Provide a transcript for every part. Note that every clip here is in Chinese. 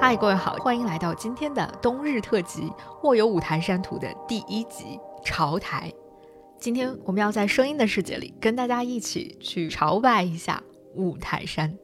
嗨，各位好，欢迎来到今天的冬日特辑《卧游五台山图》的第1集朝台。今天我们要在声音的世界里跟大家一起去朝拜一下五台山。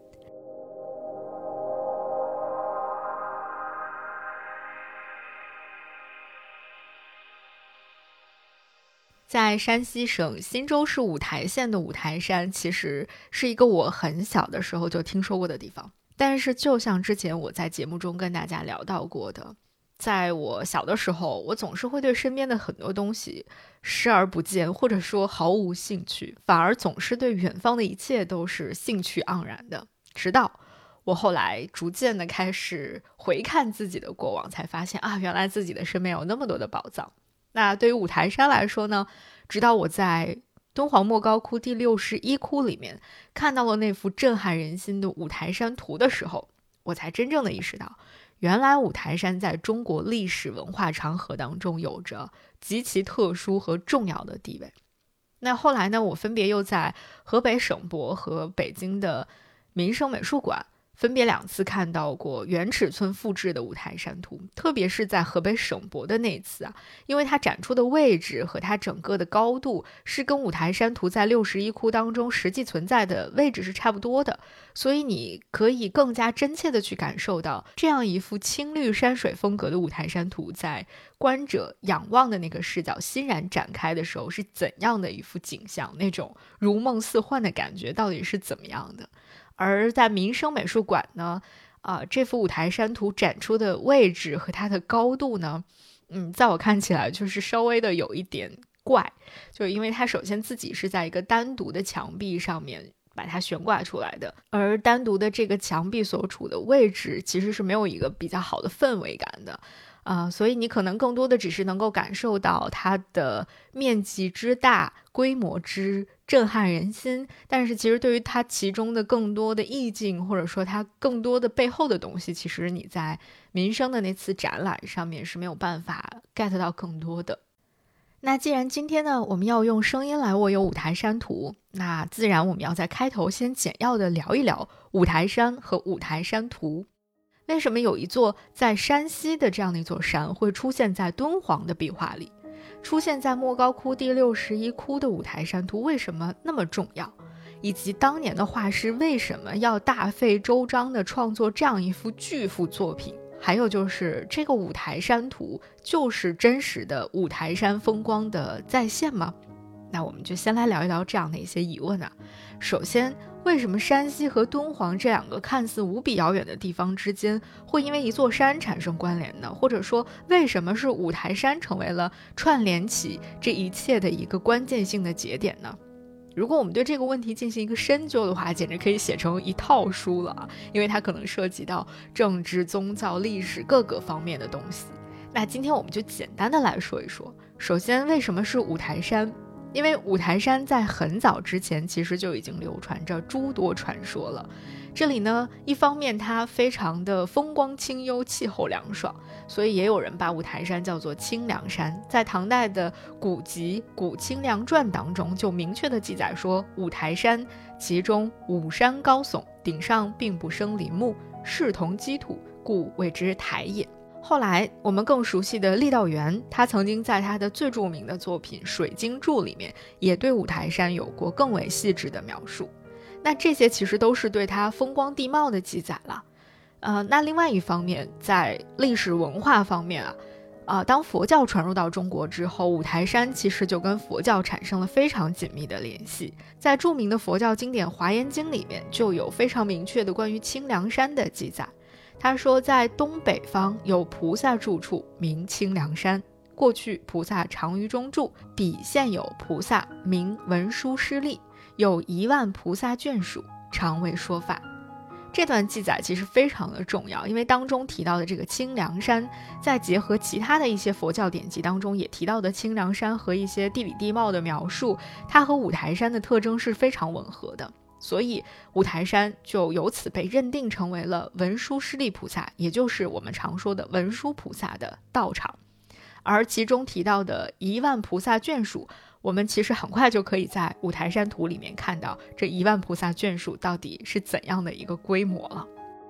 在山西省忻州市五台县的五台山，其实是一个我很小的时候就听说过的地方。但是就像之前我在节目中跟大家聊到过的，在我小的时候，我总是会对身边的很多东西视而不见，或者说毫无兴趣，反而总是对远方的一切都是兴趣盎然的。直到我后来逐渐的开始回看自己的过往，才发现原来自己的身边有那么多的宝藏。那对于五台山来说呢，直到我在敦煌莫高窟第61窟里面看到了那幅震撼人心的五台山图的时候，我才真正的意识到，原来五台山在中国历史文化长河当中有着极其特殊和重要的地位。那后来呢，我分别又在河北省博和北京的民生美术馆分别2次看到过原尺寸复制的五台山图，特别是在河北省博的那次因为它展出的位置和它整个的高度是跟五台山图在61窟当中实际存在的位置是差不多的，所以你可以更加真切的去感受到这样一幅青绿山水风格的五台山图在观者仰望的那个视角欣然展开的时候是怎样的一幅景象，那种如梦似幻的感觉到底是怎么样的。而在民生美术馆呢，这幅五台山图展出的位置和它的高度呢，在我看起来就是稍微的有一点怪，就是因为它首先自己是在一个单独的墙壁上面把它悬挂出来的，而单独的这个墙壁所处的位置其实是没有一个比较好的氛围感的。所以你可能更多的只是能够感受到它的面积之大，规模之震撼人心，但是其实对于它其中的更多的意境，或者说它更多的背后的东西，其实你在民生的那次展览上面是没有办法 get 到更多的。那既然今天呢，我们要用声音来卧游五台山图，那自然我们要在开头先简要的聊一聊五台山和五台山图。为什么有一座在山西的这样的一座山会出现在敦煌的壁画里？出现在莫高窟第61窟的五台山图为什么那么重要？以及当年的画师为什么要大费周章地创作这样一幅巨幅作品？还有就是这个五台山图就是真实的五台山风光的再现吗？那我们就先来聊一聊这样的一些疑问首先，为什么山西和敦煌这2个看似无比遥远的地方之间会因为一座山产生关联呢？或者说，为什么是五台山成为了串联起这一切的一个关键性的节点呢？如果我们对这个问题进行一个深究的话，简直可以写成一套书了因为它可能涉及到政治、宗教、历史各个方面的东西。那今天我们就简单的来说一说，首先为什么是五台山？因为五台山在很早之前其实就已经流传着诸多传说了。这里呢，一方面它非常的风光清幽，气候凉爽，所以也有人把五台山叫做清凉山。在唐代的古籍《古清凉传》当中就明确的记载说，五台山其中五山高耸，顶上并不生林木，视同基土，故谓之台也。后来我们更熟悉的郦道元，他曾经在他的最著名的作品《水经注》里面也对五台山有过更为细致的描述。那这些其实都是对它风光地貌的记载了。那另外一方面，在历史文化方面当佛教传入到中国之后，五台山其实就跟佛教产生了非常紧密的联系。在著名的佛教经典《华严经》里面就有非常明确的关于清凉山的记载。他说，在东北方有菩萨住处，名清凉山。过去菩萨常于中住，彼现有菩萨，名文殊师利，有1万菩萨眷属，常为说法。这段记载其实非常的重要，因为当中提到的这个清凉山，再结合其他的一些佛教典籍当中也提到的清凉山和一些地理地貌的描述，它和五台山的特征是非常吻合的。所以五台山就由此被认定成为了文殊师利菩萨，也就是我们常说的文殊菩萨的道场。而其中提到的1万菩萨眷属，我们其实很快就可以在五台山图里面看到这1万菩萨眷属到底是怎样的一个规模了。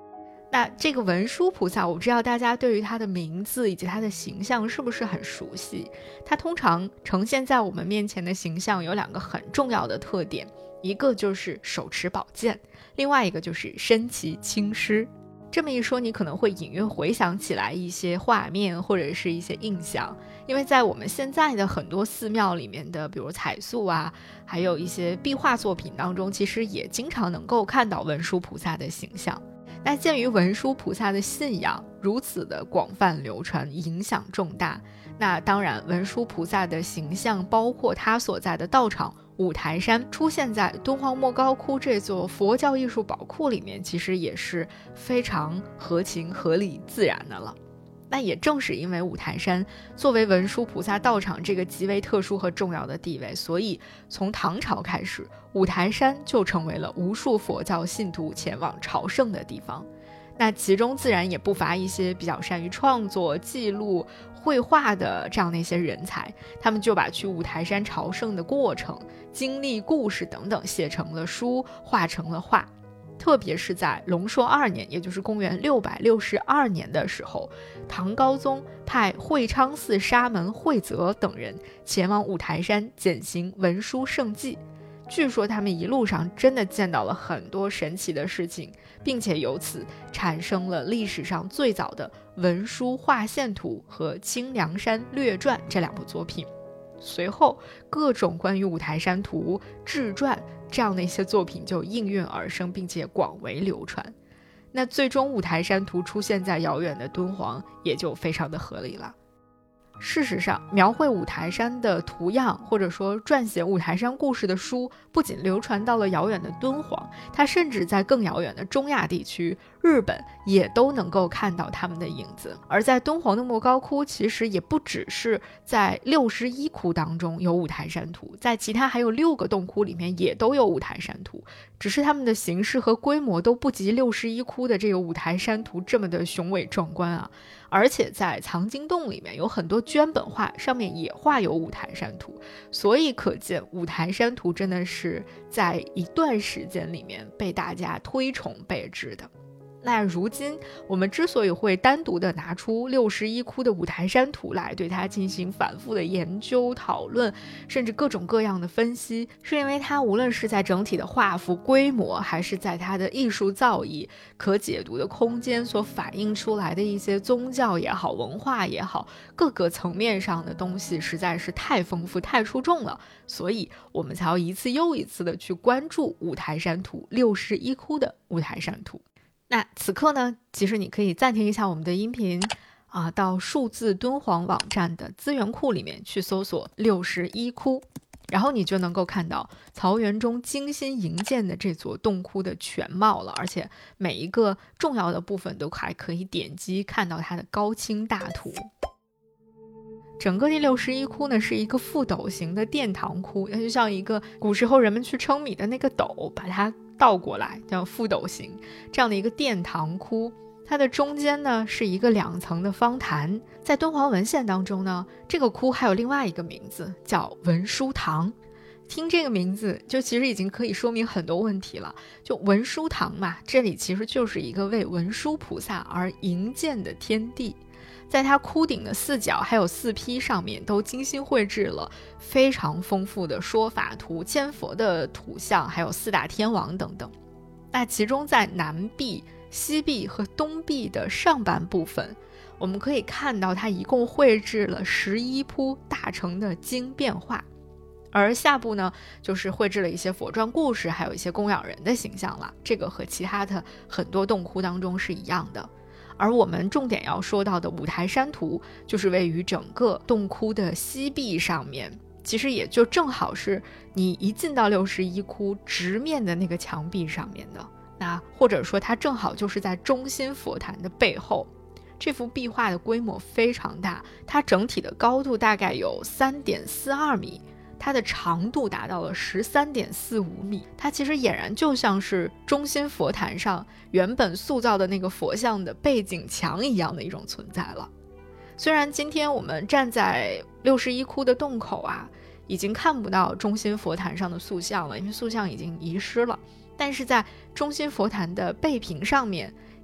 那这个文殊菩萨，我不知道大家对于他的名字以及他的形象是不是很熟悉。他通常呈现在我们面前的形象有2个很重要的特点，一个就是手持宝剑，另外一个就是身骑青狮。这么一说，你可能会隐约回想起来一些画面或者是一些印象，因为在我们现在的很多寺庙里面的，比如彩塑啊，还有一些壁画作品当中，其实也经常能够看到文殊菩萨的形象。那鉴于文殊菩萨的信仰如此的广泛流传，影响重大，那当然文殊菩萨的形象，包括他所在的道场五台山，出现在敦煌莫高窟这座佛教艺术宝库里面，其实也是非常合情合理自然的了。那也正是因为五台山作为文殊菩萨道场这个极为特殊和重要的地位，所以从唐朝开始，五台山就成为了无数佛教信徒前往朝圣的地方。那其中自然也不乏一些比较善于创作、记录、绘画的这样的一些人才，他们就把去五台山朝圣的过程、经历、故事等等写成了书，画成了画。特别是在隆朔2年，也就是公元662年的时候，唐高宗派会昌寺沙门慧泽等人前往五台山践行文殊圣迹。据说他们一路上真的见到了很多神奇的事情，并且由此产生了历史上最早的文殊画线图和清凉山略传这2部作品。随后各种关于五台山图、志传这样的一些作品就应运而生，并且广为流传。那最终五台山图出现在遥远的敦煌，也就非常的合理了。事实上，描绘五台山的图样，或者说撰写五台山故事的书，不仅流传到了遥远的敦煌，它甚至在更遥远的中亚地区、日本也都能够看到他们的影子。而在敦煌的莫高窟，其实也不只是在61窟当中有五台山图，在其他还有6个洞窟里面也都有五台山图，只是它们的形式和规模都不及61窟的这个五台山图这么的雄伟壮观啊。而且在藏经洞里面有很多绢本画，上面也画有五台山图，所以可见五台山图真的是在一段时间里面被大家推崇备至的。那如今我们之所以会单独的拿出61窟的五台山图来对它进行反复的研究讨论，甚至各种各样的分析，是因为它无论是在整体的画幅规模，还是在它的艺术造诣、可解读的空间所反映出来的一些宗教也好、文化也好，各个层面上的东西实在是太丰富太出众了，所以我们才要一次又一次的去关注五台山图61窟的五台山图。那此刻呢，其实你可以暂停一下我们的音频到数字敦煌网站的资源库里面去搜索61窟，然后你就能够看到曹元中精心营建的这座洞窟的全貌了，而且每一个重要的部分都还可以点击看到它的高清大图。整个第61窟呢是一个覆斗形的殿堂窟，就像一个古时候人们去称米的那个斗，把它倒过来叫覆斗形，这样的一个殿堂窟。它的中间呢是一个2层的方坛。在敦煌文献当中呢，这个窟还有另外一个名字叫文殊堂。听这个名字就其实已经可以说明很多问题了，就文殊堂嘛，这里其实就是一个为文殊菩萨而营建的天地。在它窟顶的4角还有4批上面都精心绘制了非常丰富的说法图、千佛的图像，还有4大天王等等。那其中在南壁、西壁和东壁的上半部分，我们可以看到它一共绘制了11幅大成的经变画，而下部呢就是绘制了一些佛传故事，还有一些供养人的形象了。这个和其他的很多洞窟当中是一样的。而我们重点要说到的五台山图，就是位于整个洞窟的西壁上面，其实也就正好是你一进到61窟直面的那个墙壁上面的。那或者说它正好就是在中心佛坛的背后。这幅壁画的规模非常大，它整体的高度大概有 3.42 米，它的长度达到了 13.45 米，它其实俨然就像是中心佛坛上原本塑造的那个佛像的背景墙一样的一种存在了。虽然今天我们站在61窟的洞口已经看不到中心佛坛上的塑像了，因为塑像已经遗失了，但是在中心佛坛的背屏上面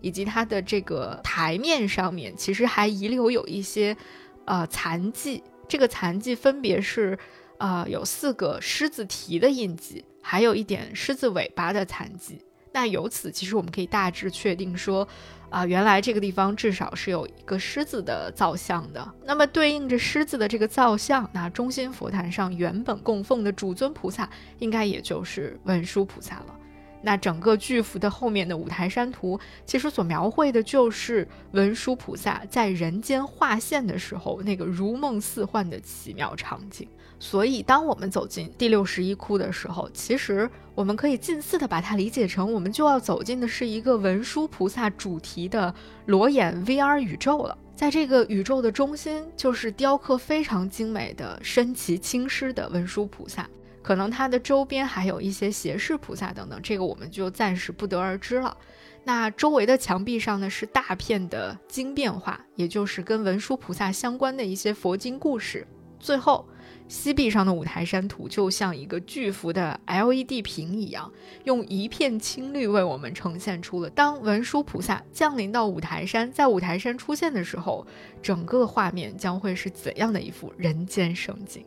以及它的这个台面上面其实还遗留有一些残迹，这个残迹分别是有4个狮子蹄的印记，还有一点狮子尾巴的残迹。那由此其实我们可以大致确定说原来这个地方至少是有一个狮子的造像的。那么对应着狮子的这个造像，那中心佛坛上原本供奉的主尊菩萨应该也就是文殊菩萨了。那整个巨幅的后面的五台山图其实所描绘的就是文殊菩萨在人间化现的时候那个如梦似幻的奇妙场景。所以当我们走进第61窟的时候，其实我们可以近似的把它理解成我们就要走进的是一个文殊菩萨主题的裸眼 VR 宇宙了。在这个宇宙的中心就是雕刻非常精美的身骑青狮的文殊菩萨，可能它的周边还有一些胁侍菩萨等等，这个我们就暂时不得而知了。那周围的墙壁上呢是大片的经变画，也就是跟文殊菩萨相关的一些佛经故事。最后西壁上的五台山图就像一个巨幅的 LED 屏一样，用一片青绿为我们呈现出了当文殊菩萨降临到五台山，在五台山出现的时候，整个画面将会是怎样的一幅人间盛景。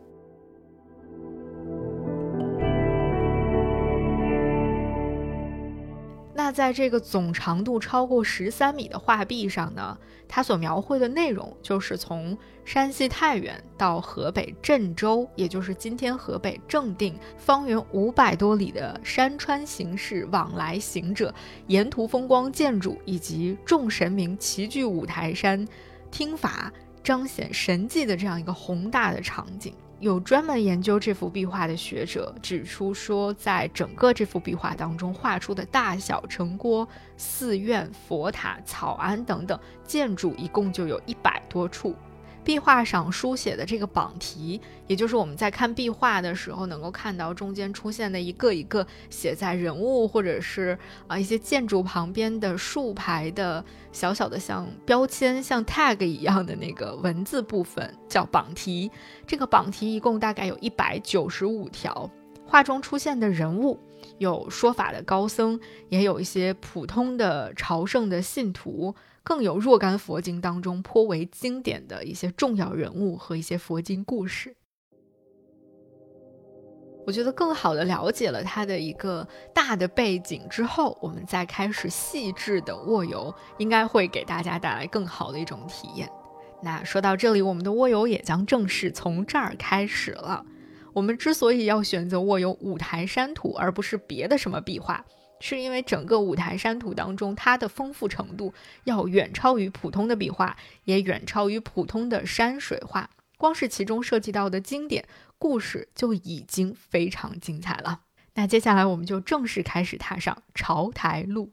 那在这个总长度超过13米的画壁上呢，它所描绘的内容就是从山西太原到河北郑州，也就是今天河北正定，方圆500多里的山川形势往来行者，沿途风光建筑以及众神明齐聚五台山听法彰显神迹的这样一个宏大的场景。有专门研究这幅壁画的学者指出说，在整个这幅壁画当中画出的大小城郭、寺院、佛塔、草庵等等建筑一共就有100多处。壁画上书写的这个榜题，也就是我们在看壁画的时候能够看到中间出现的一个一个写在人物或者是一些建筑旁边的竖排的小小的像标签像 tag 一样的那个文字部分叫榜题。这个榜题一共大概有195条，画中出现的人物有说法的高僧，也有一些普通的朝圣的信徒，更有若干佛经当中颇为经典的一些重要人物和一些佛经故事。我觉得更好的了解了它的一个大的背景之后，我们再开始细致的卧游，应该会给大家带来更好的一种体验。那说到这里，我们的卧游也将正式从这儿开始了。我们之所以要选择卧游五台山图而不是别的什么壁画，是因为整个五台山图当中它的丰富程度要远超于普通的壁画，也远超于普通的山水画。光是其中涉及到的经典故事就已经非常精彩了。那接下来我们就正式开始踏上朝台路。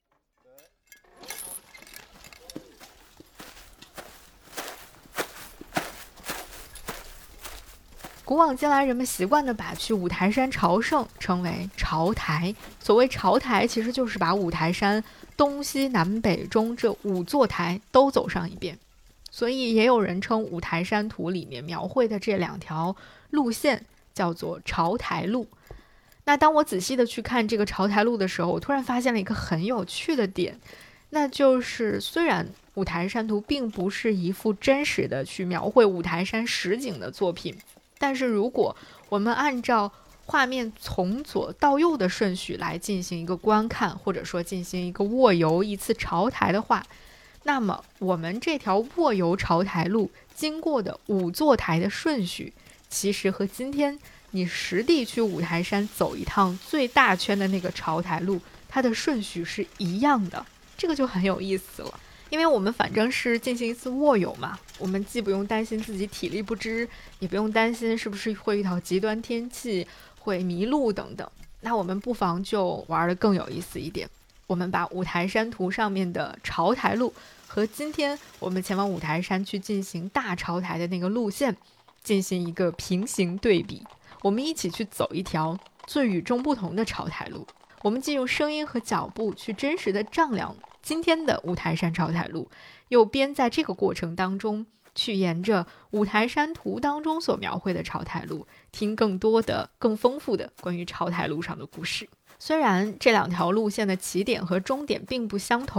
古往今来，人们习惯地把去五台山朝圣称为朝台。所谓朝台，其实就是把五台山东西南北中这5座台都走上一遍。所以也有人称五台山图里面描绘的这2条路线叫做朝台路。那当我仔细地去看这个朝台路的时候，我突然发现了一个很有趣的点，那就是虽然五台山图并不是一幅真实的去描绘五台山实景的作品，但是如果我们按照画面从左到右的顺序来进行一个观看，或者说进行一个卧游一次朝台的话，那么我们这条卧游朝台路经过的5座台的顺序，其实和今天你实地去五台山走一趟最大圈的那个朝台路，它的顺序是一样的。这个就很有意思了，因为我们反正是进行一次卧游嘛，我们既不用担心自己体力不支，也不用担心是不是会遇到极端天气会迷路等等，那我们不妨就玩得更有意思一点，我们把五台山图上面的朝台路和今天我们前往五台山去进行大朝台的那个路线进行一个平行对比，我们一起去走一条最与众不同的朝台路。我们既用声音和脚步去真实的丈量今天的五台山朝台路，又边在这个过程当中去沿着五台山图当中所描绘的朝台路，听更多的更丰富的关于朝台路上的故事。虽然这2条路线的起点和终点并不相同，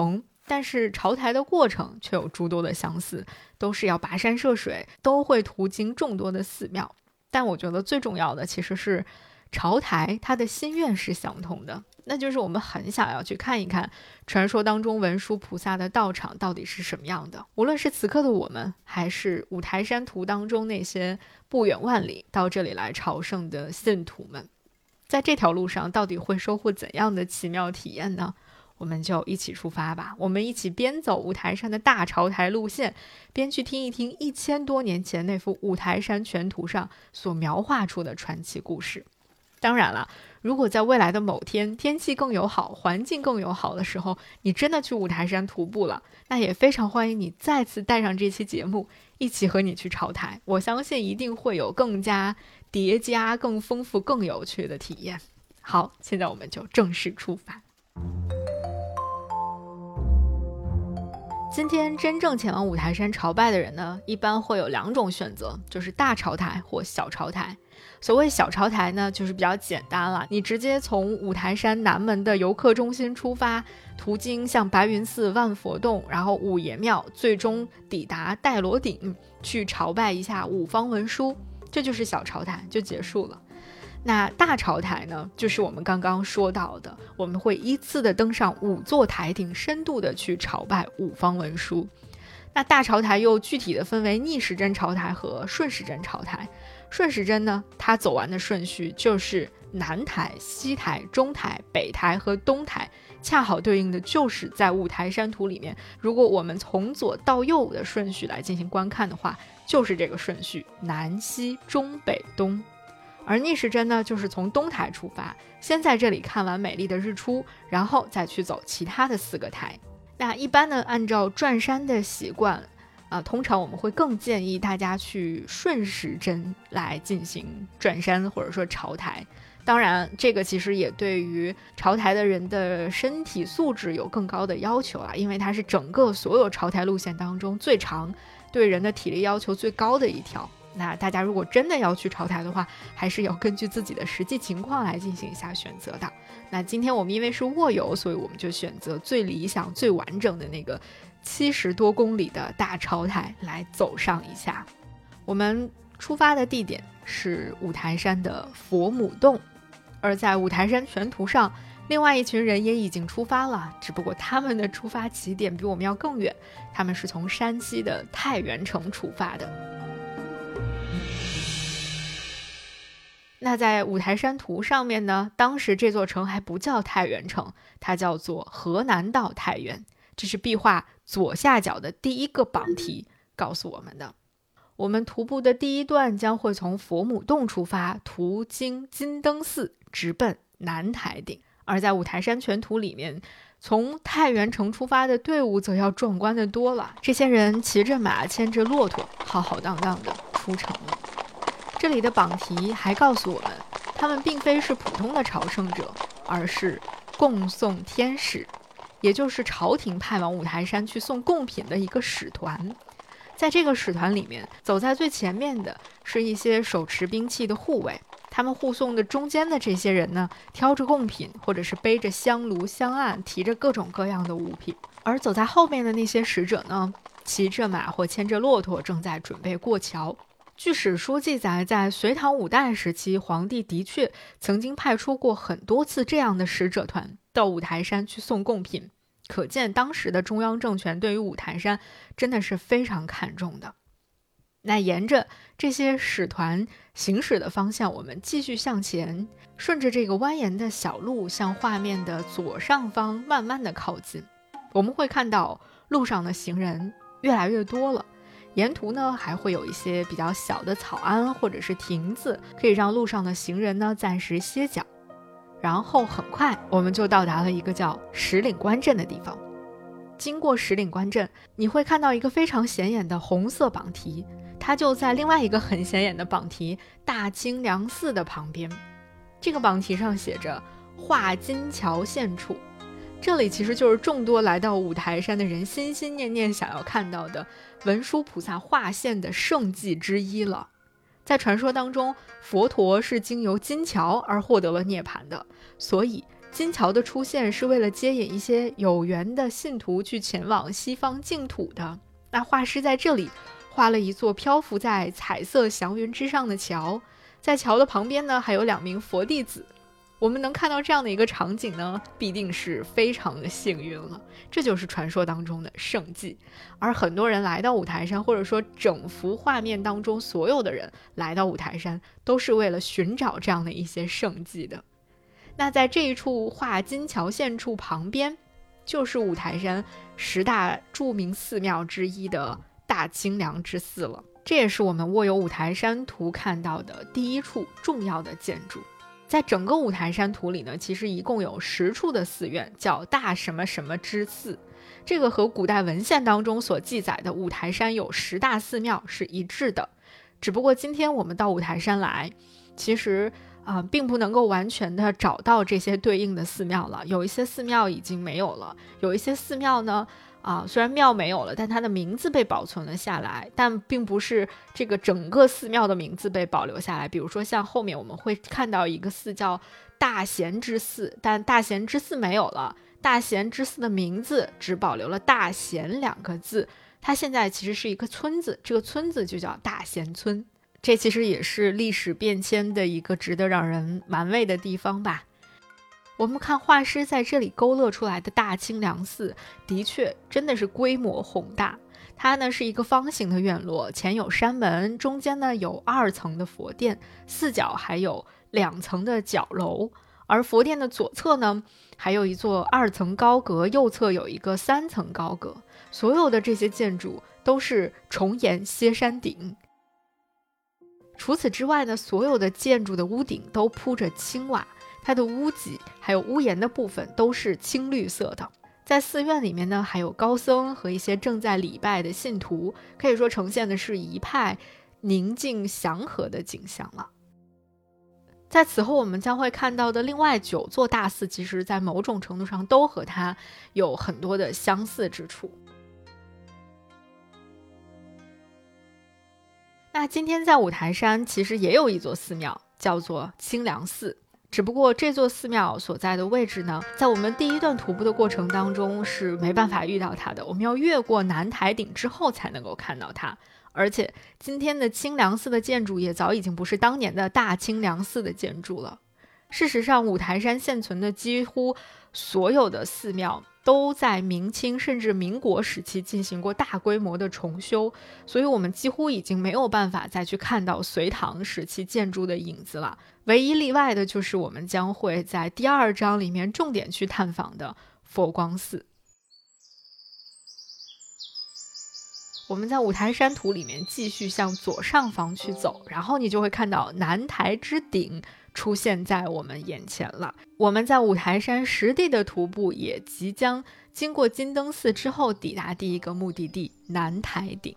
但是朝台的过程却有诸多的相似，都是要跋山涉水，都会途经众多的寺庙。但我觉得最重要的其实是朝台它的心愿是相同的，那就是我们很想要去看一看传说当中文殊菩萨的道场到底是什么样的。无论是此刻的我们，还是五台山图当中那些不远万里到这里来朝圣的信徒们，在这条路上到底会收获怎样的奇妙体验呢？我们就一起出发吧，我们一起边走五台山的大朝台路线，边去听一听1000多年前那幅五台山全图上所描画出的传奇故事。当然了，如果在未来的某天天气更友好，环境更友好的时候，你真的去五台山徒步了，那也非常欢迎你再次带上这期节目，一起和你去朝台。我相信一定会有更加叠加、更丰富、更有趣的体验。好，现在我们就正式出发。今天真正前往五台山朝拜的人呢，一般会有2种选择，就是大朝台或小朝台。所谓小朝台呢，就是比较简单了，你直接从五台山南门的游客中心出发，途经像白云寺、万佛洞，然后五爷庙，最终抵达戴罗顶，去朝拜一下五方文殊，这就是小朝台，就结束了。那大朝台呢，就是我们刚刚说到的，我们会依次的登上5座台顶，深度的去朝拜五方文殊。那大朝台又具体的分为逆时针朝台和顺时针朝台。顺时针呢，它走完的顺序就是南台、西台、中台、北台和东台，恰好对应的就是在五台山图里面，如果我们从左到右的顺序来进行观看的话，就是这个顺序，南西中北东。而逆时针呢，就是从东台出发，先在这里看完美丽的日出，然后再去走其他的4个台。那一般呢，按照转山的习惯通常我们会更建议大家去顺时针来进行转山或者说朝台。当然这个其实也对于朝台的人的身体素质有更高的要求了，因为它是整个所有朝台路线当中最长，对人的体力要求最高的一条。那大家如果真的要去朝台的话，还是要根据自己的实际情况来进行一下选择的。那今天我们因为是卧游，所以我们就选择最理想最完整的那个70多公里的大朝台来走上一下。我们出发的地点是五台山的佛母洞，而在五台山全图上，另外一群人也已经出发了，只不过他们的出发起点比我们要更远，他们是从山西的太原城出发的。那在五台山图上面呢，当时这座城还不叫太原城，它叫做河南道太原，这是壁画左下角的第1个榜题告诉我们的。我们徒步的第1段将会从佛母洞出发，途经金灯寺，直奔南台顶。而在五台山全图里面，从太原城出发的队伍则要壮观的多了，这些人骑着马，牵着骆驼，浩浩荡荡的出城了。这里的榜题还告诉我们，他们并非是普通的朝圣者，而是供送天使，也就是朝廷派往五台山去送贡品的一个使团。在这个使团里面，走在最前面的是一些手持兵器的护卫，他们护送的中间的这些人呢，挑着贡品，或者是背着香炉香案，提着各种各样的物品。而走在后面的那些使者呢，骑着马或牵着骆驼，正在准备过桥。据史书记载，在隋唐5代时期，皇帝的确曾经派出过很多次这样的使者团到五台山去送贡品，可见当时的中央政权对于五台山真的是非常看重的。那沿着这些使团行驶的方向，我们继续向前，顺着这个蜿蜒的小路向画面的左上方慢慢的靠近。我们会看到路上的行人越来越多了，沿途呢还会有一些比较小的草庵或者是亭子，可以让路上的行人呢暂时歇脚。然后很快我们就到达了一个叫石岭关镇的地方。经过石岭关镇，你会看到一个非常显眼的红色榜题，它就在另外一个很显眼的榜题大清凉寺的旁边。这个榜题上写着画金桥现处，这里其实就是众多来到五台山的人心心念念想要看到的文殊菩萨画现的圣迹之一了。在传说当中，佛陀是经由金桥而获得了涅槃的，所以金桥的出现是为了接引一些有缘的信徒去前往西方净土的。那画师在这里画了一座漂浮在彩色祥云之上的桥，在桥的旁边呢还有2名佛弟子。我们能看到这样的一个场景呢，必定是非常的幸运了。这就是传说当中的圣迹。而很多人来到五台山，或者说整幅画面当中所有的人来到五台山，都是为了寻找这样的一些圣迹的。那在这一处画金桥线处旁边，就是五台山10大著名寺庙之一的大清凉之寺了。这也是我们卧游五台山图看到的第一处重要的建筑。在整个五台山图里呢，其实一共有10处的寺院，叫大什么什么之寺。这个和古代文献当中所记载的五台山有10大寺庙是一致的。只不过今天我们到五台山来，其实并不能够完全的找到这些对应的寺庙了。有一些寺庙已经没有了，有一些寺庙呢虽然庙没有了，但它的名字被保存了下来，但并不是这个整个寺庙的名字被保留下来。比如说像后面我们会看到一个寺叫大贤之寺，但大贤之寺没有了，大贤之寺的名字只保留了大贤2个字，它现在其实是一个村子，这个村子就叫大贤村。这其实也是历史变迁的一个值得让人玩味的地方吧。我们看画师在这里勾勒出来的大清凉寺，的确真的是规模宏大。它呢是一个方形的院落，前有山门，中间呢有2层的佛殿，四角还有2层的角楼。而佛殿的左侧呢，还有一座2层高阁，右侧有一个3层高阁。所有的这些建筑都是重檐歇山顶。除此之外呢，所有的建筑的屋顶都铺着青瓦，它的屋脊还有屋檐的部分都是青绿色的。在寺院里面呢，还有高僧和一些正在礼拜的信徒，可以说呈现的是一派宁静祥和的景象了。在此后我们将会看到的另外9座大寺，其实在某种程度上都和它有很多的相似之处。那今天在五台山其实也有一座寺庙，叫做清凉寺。只不过这座寺庙所在的位置呢，在我们第一段徒步的过程当中是没办法遇到它的，我们要越过南台顶之后才能够看到它。而且今天的清凉寺的建筑也早已经不是当年的大清凉寺的建筑了。事实上，五台山现存的几乎所有的寺庙都在明清甚至民国时期进行过大规模的重修，所以我们几乎已经没有办法再去看到隋唐时期建筑的影子了。唯一例外的就是我们将会在第2章里面重点去探访的佛光寺。我们在五台山图里面继续向左上方去走，然后你就会看到南台之顶出现在我们眼前了。我们在五台山实地的徒步也即将经过金灯寺之后抵达第一个目的地南台顶。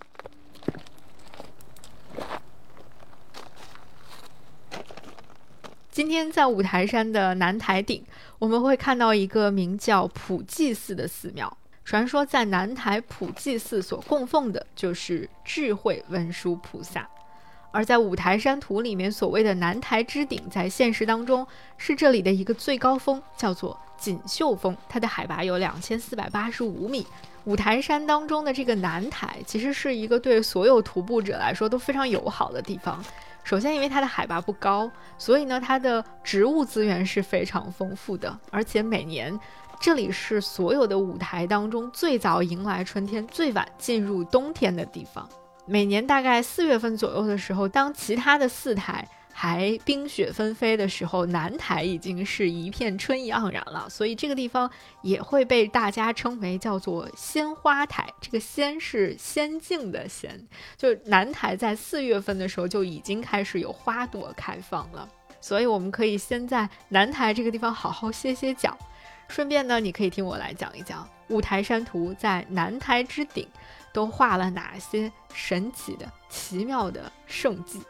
今天在五台山的南台顶，我们会看到一个名叫普济寺的寺庙。传说在南台普济寺所供奉的就是智慧文殊菩萨。而在五台山图里面所谓的南台之顶，在现实当中是这里的一个最高峰，叫做锦绣峰，它的海拔有2485米。五台山当中的这个南台其实是一个对所有徒步者来说都非常友好的地方。首先因为它的海拔不高，所以呢它的植物资源是非常丰富的，而且每年这里是所有的五台当中最早迎来春天，最晚进入冬天的地方。每年大概4月份左右的时候，当其他的4台还冰雪纷飞的时候，南台已经是一片春意盎然了，所以这个地方也会被大家称为叫做鲜花台。这个鲜是仙境的仙，就南台在4月份的时候就已经开始有花朵开放了，所以我们可以先在南台这个地方好好歇歇脚。顺便呢，你可以听我来讲一讲五台山图在南台之顶都画了哪些神奇的奇妙的圣迹。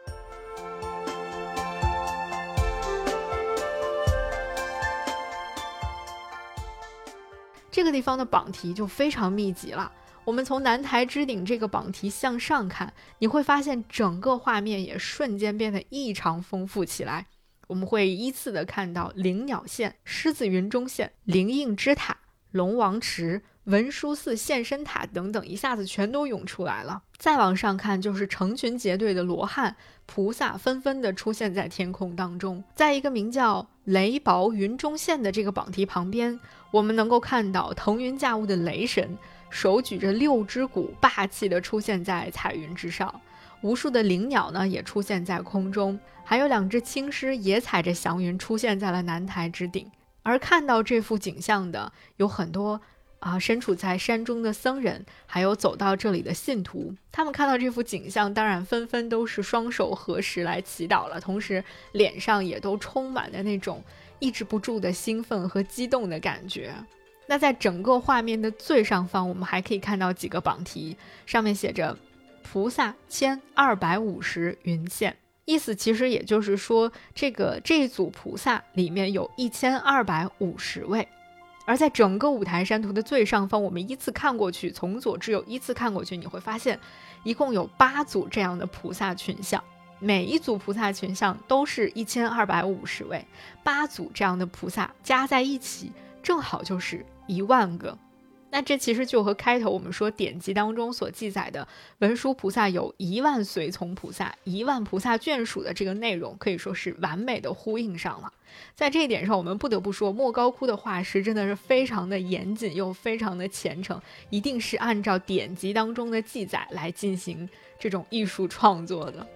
这个地方的榜题就非常密集了，我们从南台之顶这个榜题向上看，你会发现整个画面也瞬间变得异常丰富起来。 我们会依次的看到灵鸟线、狮子云中线、灵应之塔、龙王池、文殊寺现身塔等等，一下子全都涌出来了。再往上看，就是成群结队的罗汉菩萨纷纷的出现在天空当中。在一个名叫雷雹云中线的这个榜题旁边，我们能够看到腾云驾雾的雷神手举着6只鼓，霸气的出现在彩云之上。无数的灵鸟呢也出现在空中，还有2只青狮也踩着祥云出现在了南台之顶。而看到这幅景象的有很多身处在山中的僧人，还有走到这里的信徒，他们看到这幅景象，当然纷纷都是双手合十来祈祷了，同时脸上也都充满了那种抑制不住的兴奋和激动的感觉。那在整个画面的最上方，我们还可以看到几个榜题，上面写着菩萨1250云线，意思其实也就是说，这一组菩萨里面有1250位。而在整个五台山图的最上方，我们依次看过去，从左至右依次看过去，你会发现一共有8组这样的菩萨群像，每一组菩萨群像都是1250位，8组这样的菩萨加在一起正好就是10000个。那这其实就和开头我们说典籍当中所记载的文殊菩萨有10000随从菩萨、10000菩萨眷属的这个内容可以说是完美的呼应上了。在这一点上，我们不得不说莫高窟的画师真的是非常的严谨又非常的虔诚，一定是按照典籍当中的记载来进行这种艺术创作的。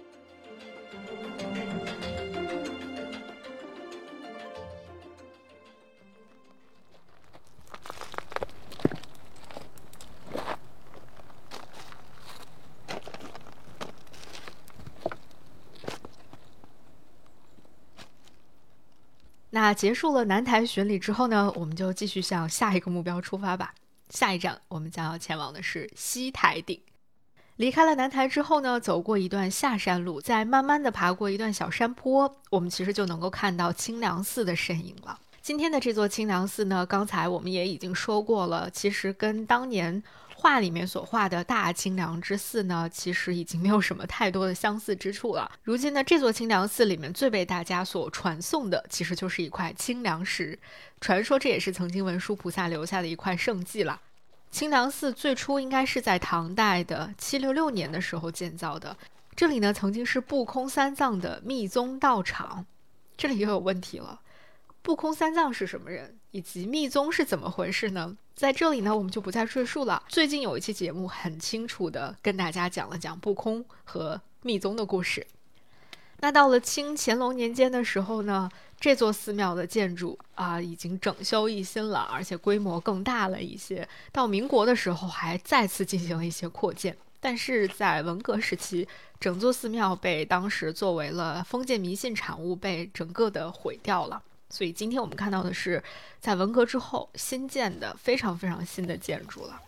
那结束了南台巡礼之后呢，我们就继续向下一个目标出发吧。下一站我们将要前往的是西台顶。离开了南台之后呢，走过一段下山路，再慢慢的爬过一段小山坡，我们其实就能够看到清凉寺的身影了。今天的这座清凉寺呢，刚才我们也已经说过了，其实跟当年画里面所画的大清凉之寺呢，其实已经没有什么太多的相似之处了。如今呢，这座清凉寺里面最被大家所传颂的，其实就是一块清凉石，传说这也是曾经文殊菩萨留下的一块圣迹了。清凉寺最初应该是在唐代的766年的时候建造的，这里呢曾经是不空三藏的密宗道场。这里又有问题了，不空三藏是什么人，以及密宗是怎么回事呢？在这里呢我们就不再赘述了。最近有一期节目很清楚的跟大家讲了讲不空和密宗的故事。那到了清乾隆年间的时候呢，这座寺庙的建筑已经整修一新了，而且规模更大了一些。到民国的时候还再次进行了一些扩建，但是在文革时期，整座寺庙被当时作为了封建迷信产物被整个的毁掉了。所以今天我们看到的是在文革之后新建的非常非常新的建筑了。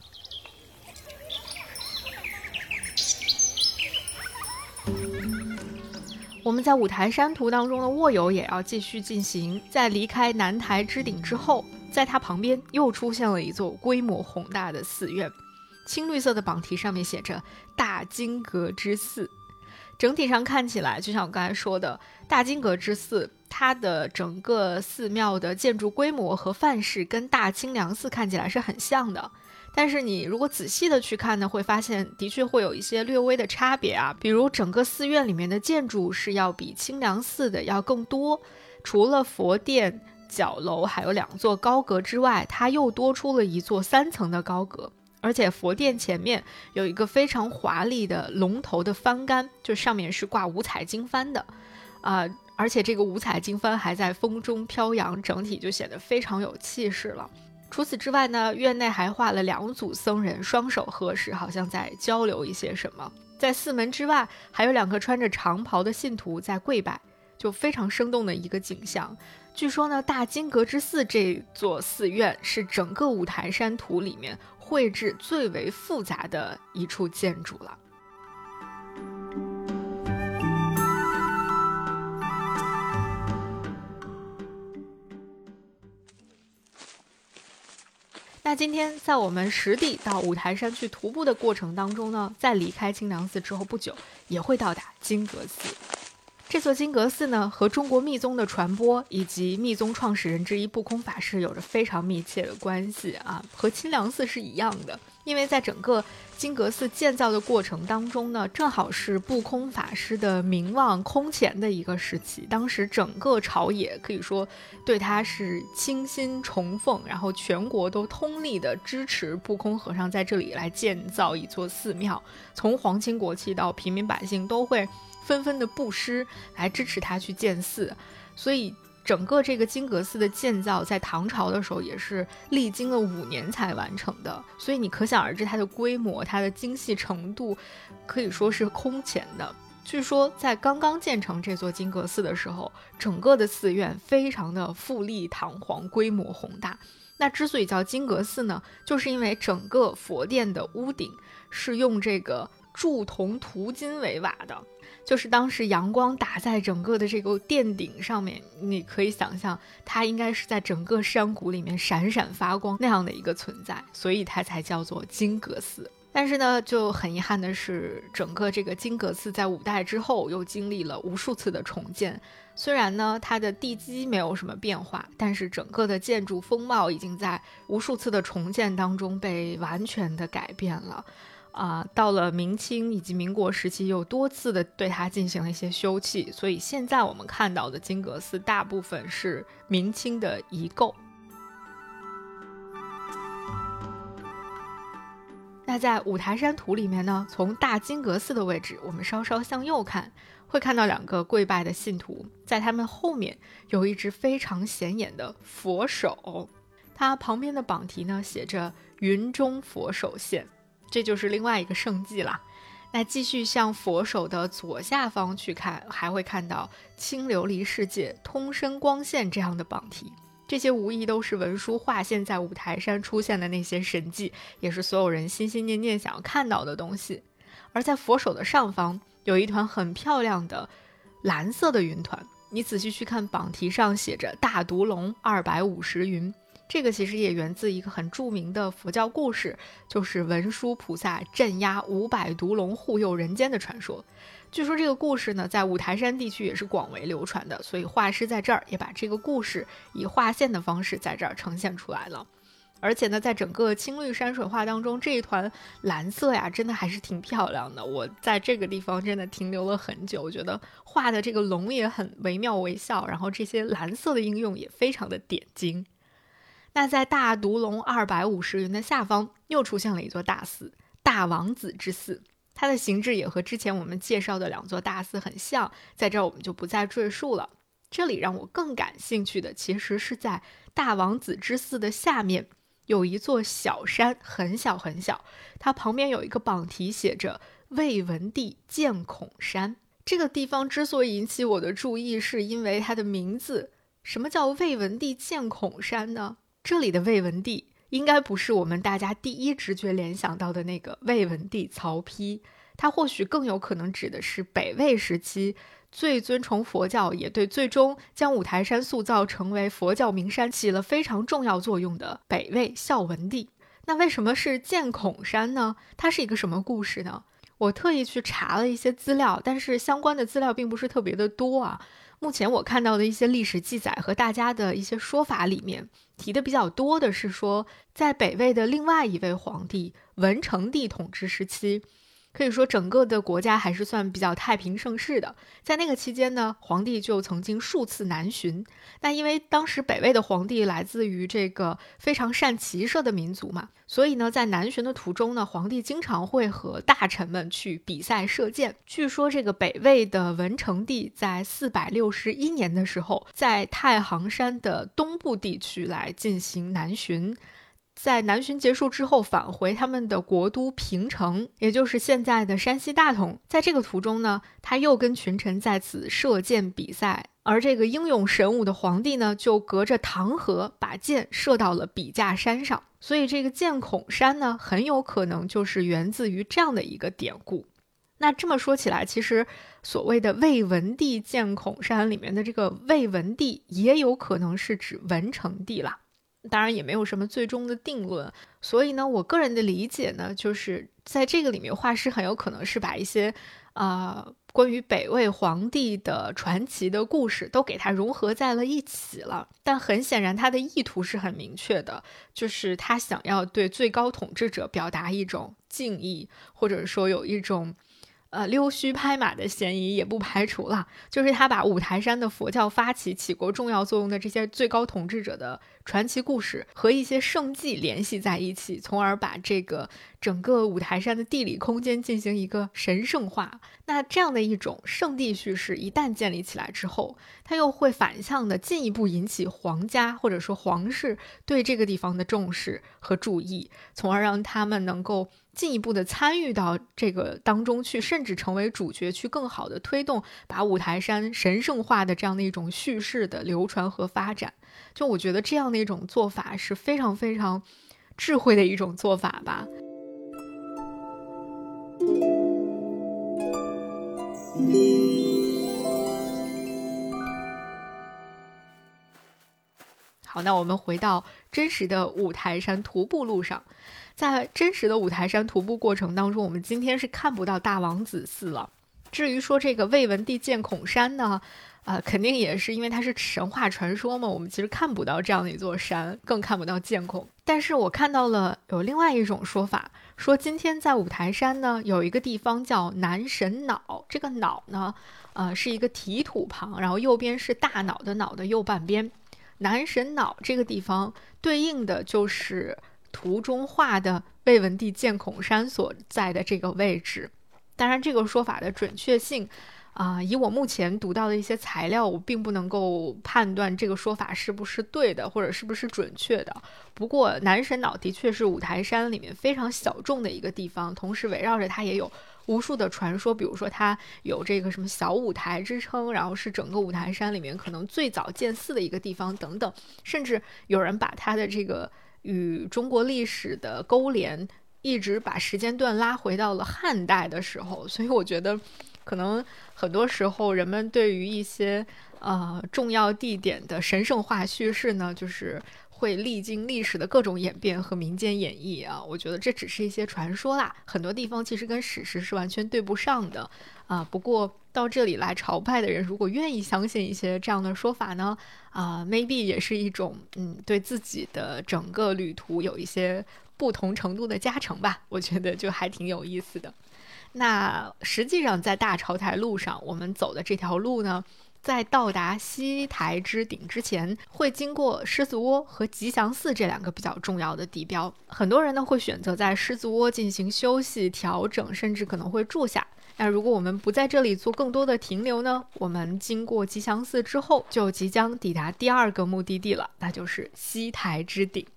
我们在五台山图当中的卧游也要继续进行，在离开南台之顶之后，在它旁边又出现了一座规模宏大的寺院，青绿色的榜题上面写着大金阁之寺。整体上看起来就像我刚才说的，大金阁之寺它的整个寺庙的建筑规模和范式跟大清凉寺看起来是很像的，但是你如果仔细的去看呢，会发现的确会有一些略微的差别啊。比如整个寺院里面的建筑是要比清凉寺的要更多，除了佛殿、角楼还有2座高阁之外，它又多出了一座3层的高阁。而且佛殿前面有一个非常华丽的龙头的幡杆，就上面是挂五彩经幡的而且这个五彩经幡还在风中飘扬，整体就显得非常有气势了。除此之外呢，院内还画了2组僧人双手合十，好像在交流一些什么。在寺门之外还有2个穿着长袍的信徒在跪拜，就非常生动的一个景象。据说呢，大金阁之寺这座寺院是整个五台山图里面绘制最为复杂的一处建筑了。那今天在我们实地到五台山去徒步的过程当中呢，在离开清凉寺之后不久，也会到达金阁寺。 这座金阁寺呢，和中国密宗的传播以及密宗创始人之一不空法师有着非常密切的关系啊，和清凉寺是一样的。因为在整个金阁寺建造的过程当中呢，正好是不空法师的名望空前的一个时期，当时整个朝野可以说对他是倾心崇奉，然后全国都通力的支持不空和尚在这里来建造一座寺庙，从皇亲国戚到平民百姓都会纷纷的布施来支持他去建寺，所以整个这个金阁寺的建造在唐朝的时候也是历经了5年才完成的，所以你可想而知它的规模，它的精细程度可以说是空前的。据说在刚刚建成这座金阁寺的时候，整个的寺院非常的富丽堂皇，规模宏大。那之所以叫金阁寺呢，就是因为整个佛殿的屋顶是用这个铸铜涂金为瓦的，就是当时阳光打在整个的这个殿顶上面，你可以想象它应该是在整个山谷里面闪闪发光那样的一个存在，所以它才叫做金阁寺。但是呢，就很遗憾的是，整个这个金阁寺在5代之后又经历了无数次的重建。虽然呢，它的地基没有什么变化，但是整个的建筑风貌已经在无数次的重建当中被完全的改变了。到了明清以及民国时期，又多次的对它进行了一些修葺，所以现在我们看到的金阁寺大部分是明清的遗构。那在五台山图里面呢，从大金阁寺的位置，我们稍稍向右看，会看到2个跪拜的信徒，在他们后面有一只非常显眼的佛手，它旁边的榜题呢写着云中佛手现，这就是另外一个圣迹啦。那继续向佛手的左下方去看，还会看到清琉璃世界通身光现这样的榜题，这些无疑都是文殊化现在五台山出现的那些神迹，也是所有人心心念念想要看到的东西。而在佛手的上方有一团很漂亮的蓝色的云团，你仔细去看榜题上写着大毒龙250云，这个其实也源自一个很著名的佛教故事，就是文殊菩萨镇压500毒龙护佑人间的传说。据说这个故事呢，在五台山地区也是广为流传的，所以画师在这儿也把这个故事以画线的方式在这儿呈现出来了。而且呢，在整个青绿山水画当中，这一团蓝色呀，真的还是挺漂亮的。我在这个地方真的停留了很久，我觉得画的这个龙也很惟妙惟肖，然后这些蓝色的应用也非常的点睛。那在大毒龙250云的下方，又出现了一座大寺，大王子之寺。它的形制也和之前我们介绍的2座大寺很像，在这儿我们就不再赘述了。这里让我更感兴趣的，其实是在大王子之寺的下面有一座小山，很小很小，它旁边有一个榜题写着魏文帝建孔山。这个地方之所以引起我的注意，是因为它的名字。什么叫魏文帝建孔山呢？这里的魏文帝应该不是我们大家第一直觉联想到的那个魏文帝曹丕，它或许更有可能指的是北魏时期最尊崇佛教，也对最终将五台山塑造成为佛教名山起了非常重要作用的北魏孝文帝。那为什么是建孔山呢？它是一个什么故事呢？我特意去查了一些资料，但是相关的资料并不是特别的多啊。目前我看到的一些历史记载和大家的一些说法里面，提的比较多的是说，在北魏的另外一位皇帝文成帝统治时期，可以说整个的国家还是算比较太平盛世的。在那个期间呢，皇帝就曾经数次南巡。那因为当时北魏的皇帝来自于这个非常善骑射的民族嘛，所以呢，在南巡的途中呢，皇帝经常会和大臣们去比赛射箭。据说这个北魏的文成帝在461年的时候，在太行山的东部地区来进行南巡。在南巡结束之后返回他们的国都平城，也就是现在的山西大同。在这个途中呢，他又跟群臣在此射箭比赛，而这个英勇神武的皇帝呢，就隔着唐河把箭射到了笔架山上。所以这个建孔山呢，很有可能就是源自于这样的一个典故。那这么说起来，其实所谓的魏文帝建孔山里面的这个魏文帝，也有可能是指文成帝啦。当然也没有什么最终的定论，所以呢，我个人的理解呢，就是在这个里面画师很有可能是把一些关于北魏皇帝的传奇的故事都给它融合在了一起了。但很显然他的意图是很明确的，就是他想要对最高统治者表达一种敬意，或者说有一种溜须拍马的嫌疑也不排除了，就是他把五台山的佛教发起过重要作用的这些最高统治者的传奇故事和一些圣迹联系在一起，从而把这个整个五台山的地理空间进行一个神圣化。那这样的一种圣地叙事一旦建立起来之后，它又会反向的进一步引起皇家或者说皇室对这个地方的重视和注意，从而让他们能够进一步的参与到这个当中去，甚至成为主角，去更好的推动把五台山神圣化的这样的一种叙事的流传和发展。就我觉得这样的一种做法是非常非常智慧的一种做法吧。好，那我们回到真实的五台山徒步路上。在真实的五台山徒步过程当中，我们今天是看不到大王子寺了。至于说这个魏文帝建孔山呢，肯定也是因为它是神话传说嘛，我们其实看不到这样的一座山，更看不到建孔。但是我看到了有另外一种说法，说今天在五台山呢有一个地方叫南神脑，这个脑呢，是一个提土旁，然后右边是大脑的脑的右半边。南神脑这个地方对应的就是图中画的魏文帝建孔山所在的这个位置。当然这个说法的准确性以我目前读到的一些材料，我并不能够判断这个说法是不是对的，或者是不是准确的。不过南神脑的确是五台山里面非常小众的一个地方，同时围绕着它也有无数的传说，比如说它有这个什么小五台之称，然后是整个五台山里面可能最早建寺的一个地方等等，甚至有人把它的这个与中国历史的勾连一直把时间段拉回到了汉代的时候。所以我觉得可能很多时候人们对于一些重要地点的神圣化叙事呢，就是会历经历史的各种演变和民间演绎啊。我觉得这只是一些传说啦，很多地方其实跟史实是完全对不上的不过到这里来朝拜的人如果愿意相信一些这样的说法呢maybe 也是一种对自己的整个旅途有一些不同程度的加成吧，我觉得就还挺有意思的。那实际上在大朝台路上，我们走的这条路呢，在到达西台之顶之前，会经过狮子窝和吉祥寺这两个比较重要的地标。很多人呢会选择在狮子窝进行休息调整，甚至可能会住下。那如果我们不在这里做更多的停留呢，我们经过吉祥寺之后，就即将抵达第二个目的地了，那就是西台之顶。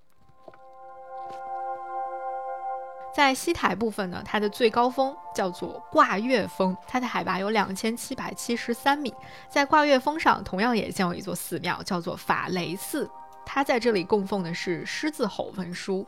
在西台部分呢，它的最高峰叫做挂月峰，它的海拔有2773米。在挂月峰上同样也建有一座寺庙，叫做法雷寺，它在这里供奉的是狮子吼文殊。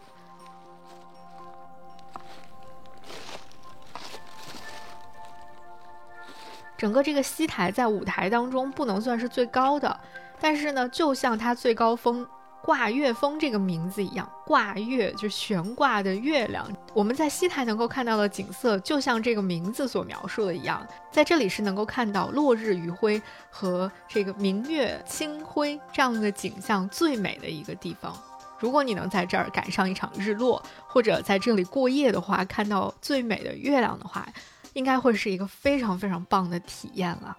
整个这个西台在五台当中不能算是最高的，但是呢，就像它最高峰挂月峰这个名字一样，挂月就是悬挂的月亮。我们在西台能够看到的景色就像这个名字所描述的一样，在这里是能够看到落日余晖和这个明月清辉这样的景象最美的一个地方。如果你能在这儿赶上一场日落，或者在这里过夜的话，看到最美的月亮的话，应该会是一个非常非常棒的体验了。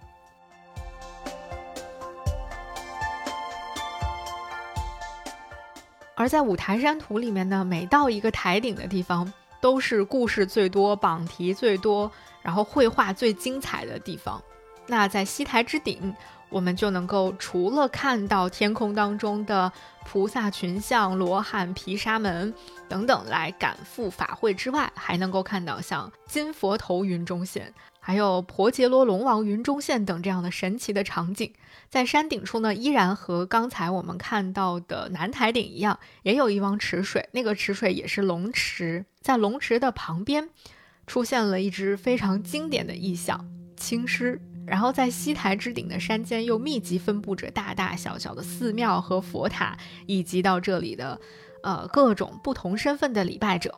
而在五台山图里面呢，每到一个台顶的地方都是故事最多、榜题最多，然后绘画最精彩的地方。那在西台之顶，我们就能够除了看到天空当中的菩萨群像、罗汉、毗沙门等等来赶赴法会之外，还能够看到像金佛头云中现，还有婆伽罗龙王云中现等这样的神奇的场景。在山顶处呢，依然和刚才我们看到的南台顶一样，也有一汪池水，那个池水也是龙池。在龙池的旁边出现了一只非常经典的意象，青狮。然后在西台之顶的山间又密集分布着大大小小的寺庙和佛塔，以及到这里的各种不同身份的礼拜者。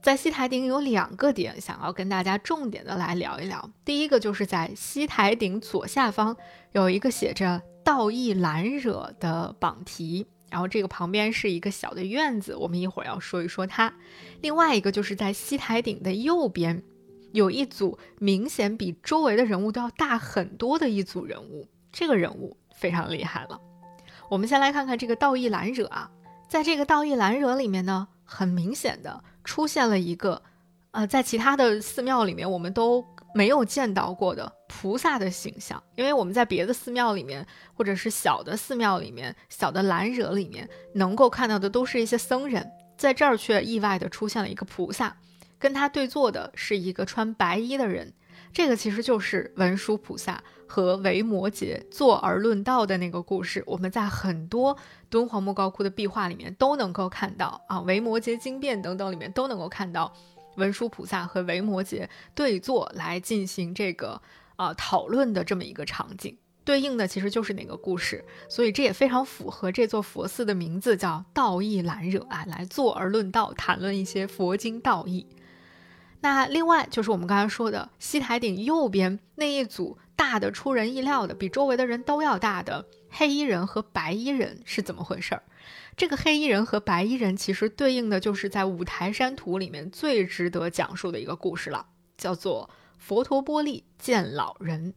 在西台顶有2个点想要跟大家重点的来聊一聊。第一个就是在西台顶左下方有一个写着道义兰惹的榜题，然后这个旁边是一个小的院子，我们一会儿要说一说它。另外一个就是在西台顶的右边有一组明显比周围的人物都要大很多的一组人物，这个人物非常厉害了。我们先来看看这个道义兰惹啊，在这个道义兰惹里面呢，很明显的出现了一个在其他的寺庙里面我们都没有见到过的菩萨的形象。因为我们在别的寺庙里面，或者是小的寺庙里面，小的兰惹里面能够看到的都是一些僧人，在这儿却意外的出现了一个菩萨，跟他对坐的是一个穿白衣的人。这个其实就是文殊菩萨和维摩诘坐而论道的那个故事，我们在很多敦煌莫高窟的壁画里面都能够看到啊，维摩诘经变等等里面都能够看到文殊菩萨和维摩诘对坐来进行这个讨论的这么一个场景，对应的其实就是那个故事，所以这也非常符合这座佛寺的名字叫道义兰惹啊，来坐而论道，谈论一些佛经道义。那另外就是我们刚才说的西台顶右边那一组大的出人意料的比周围的人都要大的黑衣人和白衣人是怎么回事？这个黑衣人和白衣人其实对应的就是在五台山图里面最值得讲述的一个故事了，叫做佛陀波利见老人。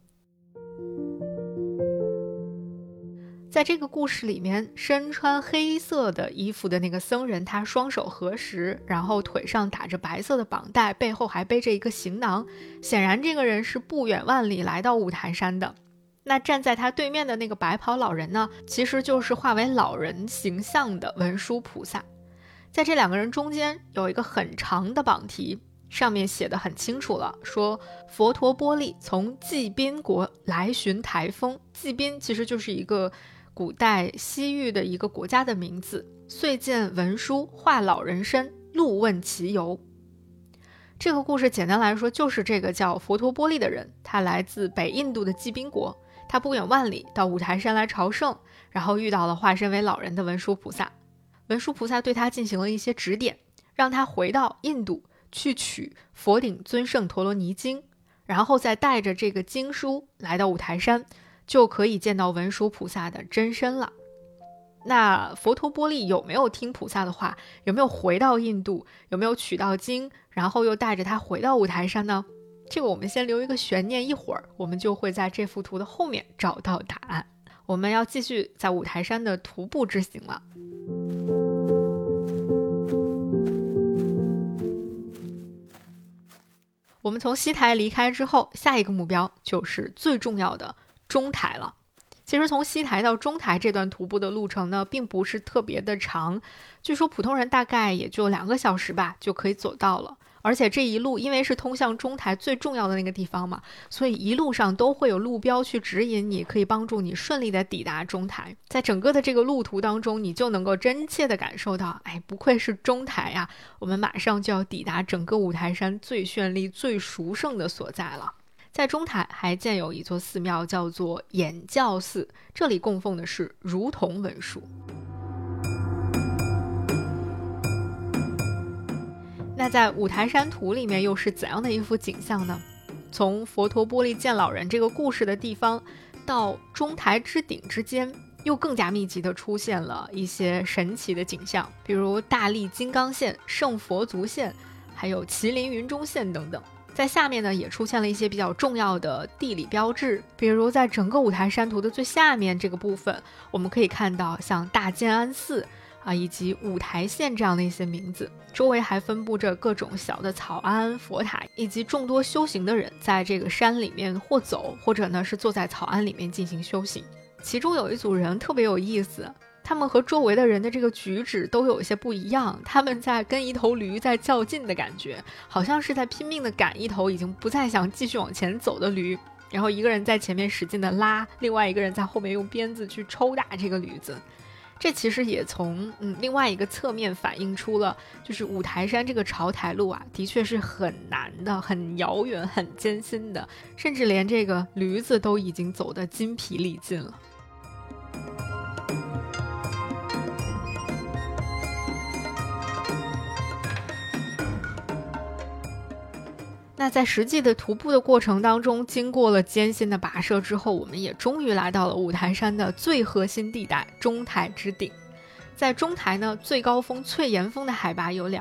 在这个故事里面，身穿黑色的衣服的那个僧人，他双手合十，然后腿上打着白色的绑带，背后还背着一个行囊，显然这个人是不远万里来到五台山的。那站在他对面的那个白袍老人呢，其实就是化为老人形象的文殊菩萨。在这2个人中间有一个很长的榜题，上面写得很清楚了，说佛陀波利从稷宾国来寻台风。稷宾其实就是一个古代西域的一个国家的名字。遂见文殊化老人身，路问其由。这个故事简单来说就是这个叫佛陀波利的人，他来自北印度的稷宾国，他不远万里到五台山来朝圣，然后遇到了化身为老人的文殊菩萨。文殊菩萨对他进行了一些指点，让他回到印度去取佛顶尊胜陀罗尼经，然后再带着这个经书来到五台山，就可以见到文殊菩萨的真身了。那佛陀波利有没有听菩萨的话？有没有回到印度？有没有取到经，然后又带着他回到五台山呢？这个我们先留一个悬念，一会儿我们就会在这幅图的后面找到答案。我们要继续在五台山的徒步之行了。我们从西台离开之后，下一个目标就是最重要的中台了。其实从西台到中台这段徒步的路程呢，并不是特别的长，据说普通人大概也就2个小时吧就可以走到了。而且这一路因为是通向中台最重要的那个地方嘛，所以一路上都会有路标去指引你，可以帮助你顺利的抵达中台。在整个的这个路途当中，你就能够真切的感受到，不愧是中台呀，我们马上就要抵达整个五台山最绚丽最殊胜的所在了。在中台还建有一座寺庙叫做眼教寺，这里供奉的是如同文殊。那在五台山图里面又是怎样的一幅景象呢？从佛陀波利见老人这个故事的地方到中台之顶之间，又更加密集地出现了一些神奇的景象，比如大力金刚线、圣佛足线，还有麒麟云中线等等。在下面呢，也出现了一些比较重要的地理标志，比如在整个五台山图的最下面这个部分，我们可以看到像大建安寺以及五台县这样的一些名字，周围还分布着各种小的草庵、佛塔，以及众多修行的人在这个山里面或走，或者呢是坐在草庵里面进行修行。其中有一组人特别有意思，他们和周围的人的这个举止都有一些不一样，他们在跟一头驴在较劲的感觉，好像是在拼命的赶一头已经不再想继续往前走的驴，然后一个人在前面使劲的拉，另外一个人在后面用鞭子去抽打这个驴子。这其实也从另外一个侧面反映出了，就是五台山这个朝台路的确是很难的、很遥远、很艰辛的，甚至连这个驴子都已经走得筋疲力尽了。 那在实际的徒步的过程当中，经过了艰辛的跋涉之后，我们也终于来到了五台山的最核心地带中台之顶。在中台呢，最高峰翠岩峰的海拔有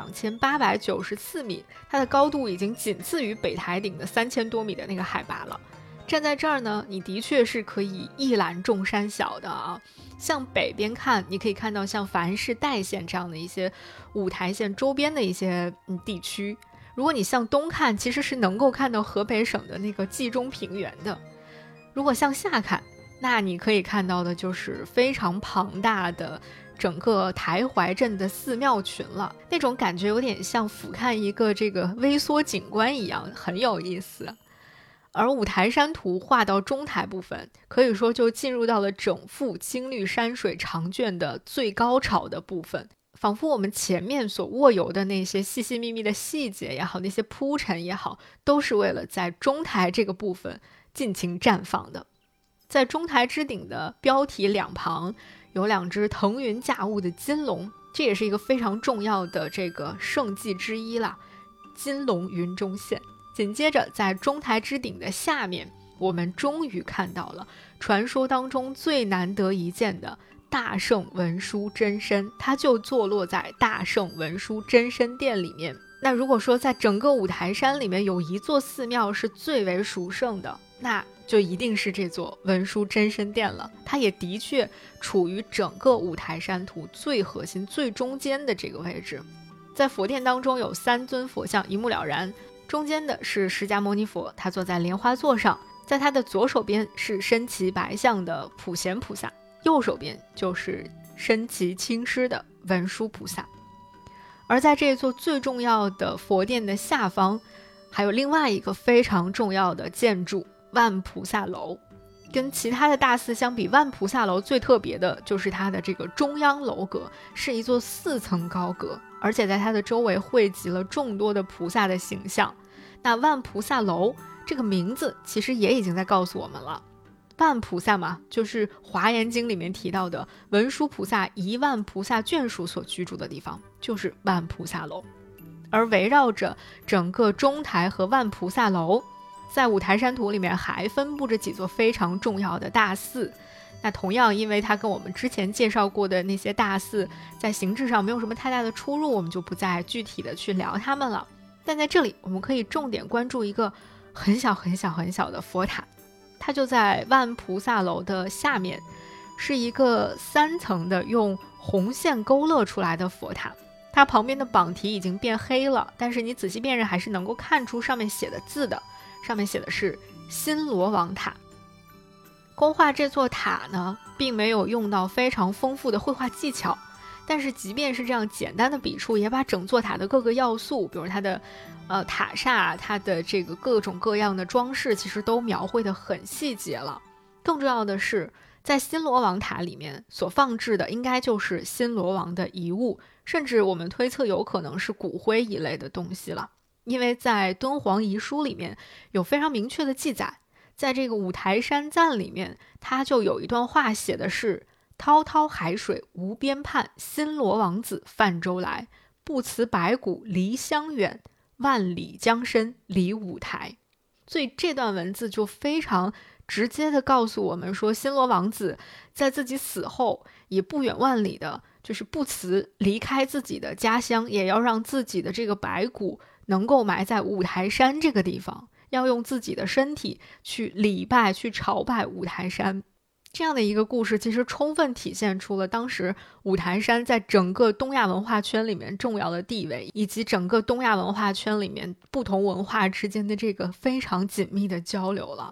2894米，它的高度已经仅次于北台顶的3000多米的那个海拔了。站在这儿呢，你的确是可以一览众山小的啊。向北边看，你可以看到像繁市、代县这样的一些五台县周边的一些地区。如果你向东看，其实是能够看到河北省的那个冀中平原的。如果向下看，那你可以看到的就是非常庞大的整个台怀镇的寺庙群了，那种感觉有点像俯瞰一个这个微缩景观一样，很有意思。而五台山图画到中台部分，可以说就进入到了整幅青绿山水长卷的最高潮的部分，仿佛我们前面所握有的那些细细密密的细节也好，那些铺陈也好，都是为了在中台这个部分尽情绽放的。在中台之顶的标题两旁有2只腾云驾雾的金龙，这也是一个非常重要的这个圣迹之一啦，金龙云中现。紧接着在中台之顶的下面，我们终于看到了传说当中最难得一见的大圣文殊真身，它就坐落在大圣文殊真身殿里面。那如果说在整个五台山里面有一座寺庙是最为殊胜的，那就一定是这座文殊真身殿了。它也的确处于整个五台山图最核心最中间的这个位置。在佛殿当中有3尊佛像一目了然，中间的是释迦牟尼佛，他坐在莲花座上，在他的左手边是身骑白象的普贤菩萨，右手边就是身骑青狮的文殊菩萨。而在这座最重要的佛殿的下方，还有另外一个非常重要的建筑万菩萨楼。跟其他的大寺相比，万菩萨楼最特别的就是它的这个中央楼阁，是一座4层高阁，而且在它的周围汇集了众多的菩萨的形象。那万菩萨楼这个名字其实也已经在告诉我们了，万菩萨嘛，就是《华严经》里面提到的文殊菩萨1万菩萨眷属所居住的地方，就是万菩萨楼。而围绕着整个中台和万菩萨楼，在五台山图里面还分布着几座非常重要的大寺。那同样因为它跟我们之前介绍过的那些大寺在形制上没有什么太大的出入，我们就不再具体的去聊它们了。但在这里我们可以重点关注一个很小很小很小的佛塔，它就在万菩萨楼的下面，是一个3层的用红线勾勒出来的佛塔。它旁边的榜题已经变黑了，但是你仔细辨认还是能够看出上面写的字的，上面写的是新罗王塔。勾画这座塔呢，并没有用到非常丰富的绘画技巧，但是即便是这样简单的笔触，也把整座塔的各个要素，比如它的塔刹，它的这个各种各样的装饰，其实都描绘得很细节了。更重要的是，在新罗王塔里面所放置的应该就是新罗王的遗物，甚至我们推测有可能是骨灰一类的东西了。因为在敦煌遗书里面有非常明确的记载，在这个五台山赞里面，它就有一段话写的是：滔滔海水无边畔，新罗王子泛舟来，不辞白骨离乡远，万里江身离五台。所以这段文字就非常直接的告诉我们说，新罗王子在自己死后也不远万里的，就是不辞离开自己的家乡，也要让自己的这个白骨能够埋在五台山这个地方，要用自己的身体去礼拜去朝拜五台山。这样的一个故事其实充分体现出了当时五台山在整个东亚文化圈里面重要的地位，以及整个东亚文化圈里面不同文化之间的这个非常紧密的交流了。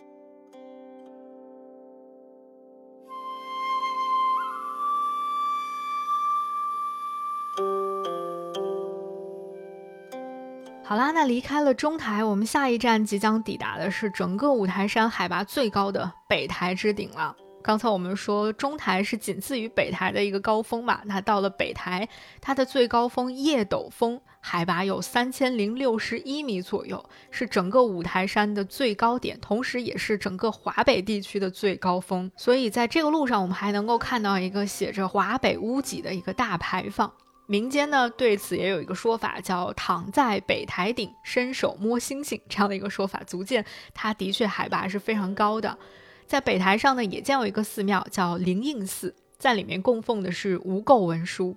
好啦，那离开了中台，我们下一站即将抵达的是整个五台山海拔最高的北台之顶了。刚才我们说中台是仅次于北台的一个高峰嘛，那到了北台，它的最高峰叶斗峰海拔有3061米左右，是整个五台山的最高点，同时也是整个华北地区的最高峰。所以在这个路上，我们还能够看到一个写着华北屋脊的一个大牌坊。 民间呢对此也有一个说法，叫躺在北台顶伸手摸星星，这样的一个说法，足见它的确海拔是非常高的。在北台上呢也建有一个寺庙叫灵应寺，在里面供奉的是无垢文殊。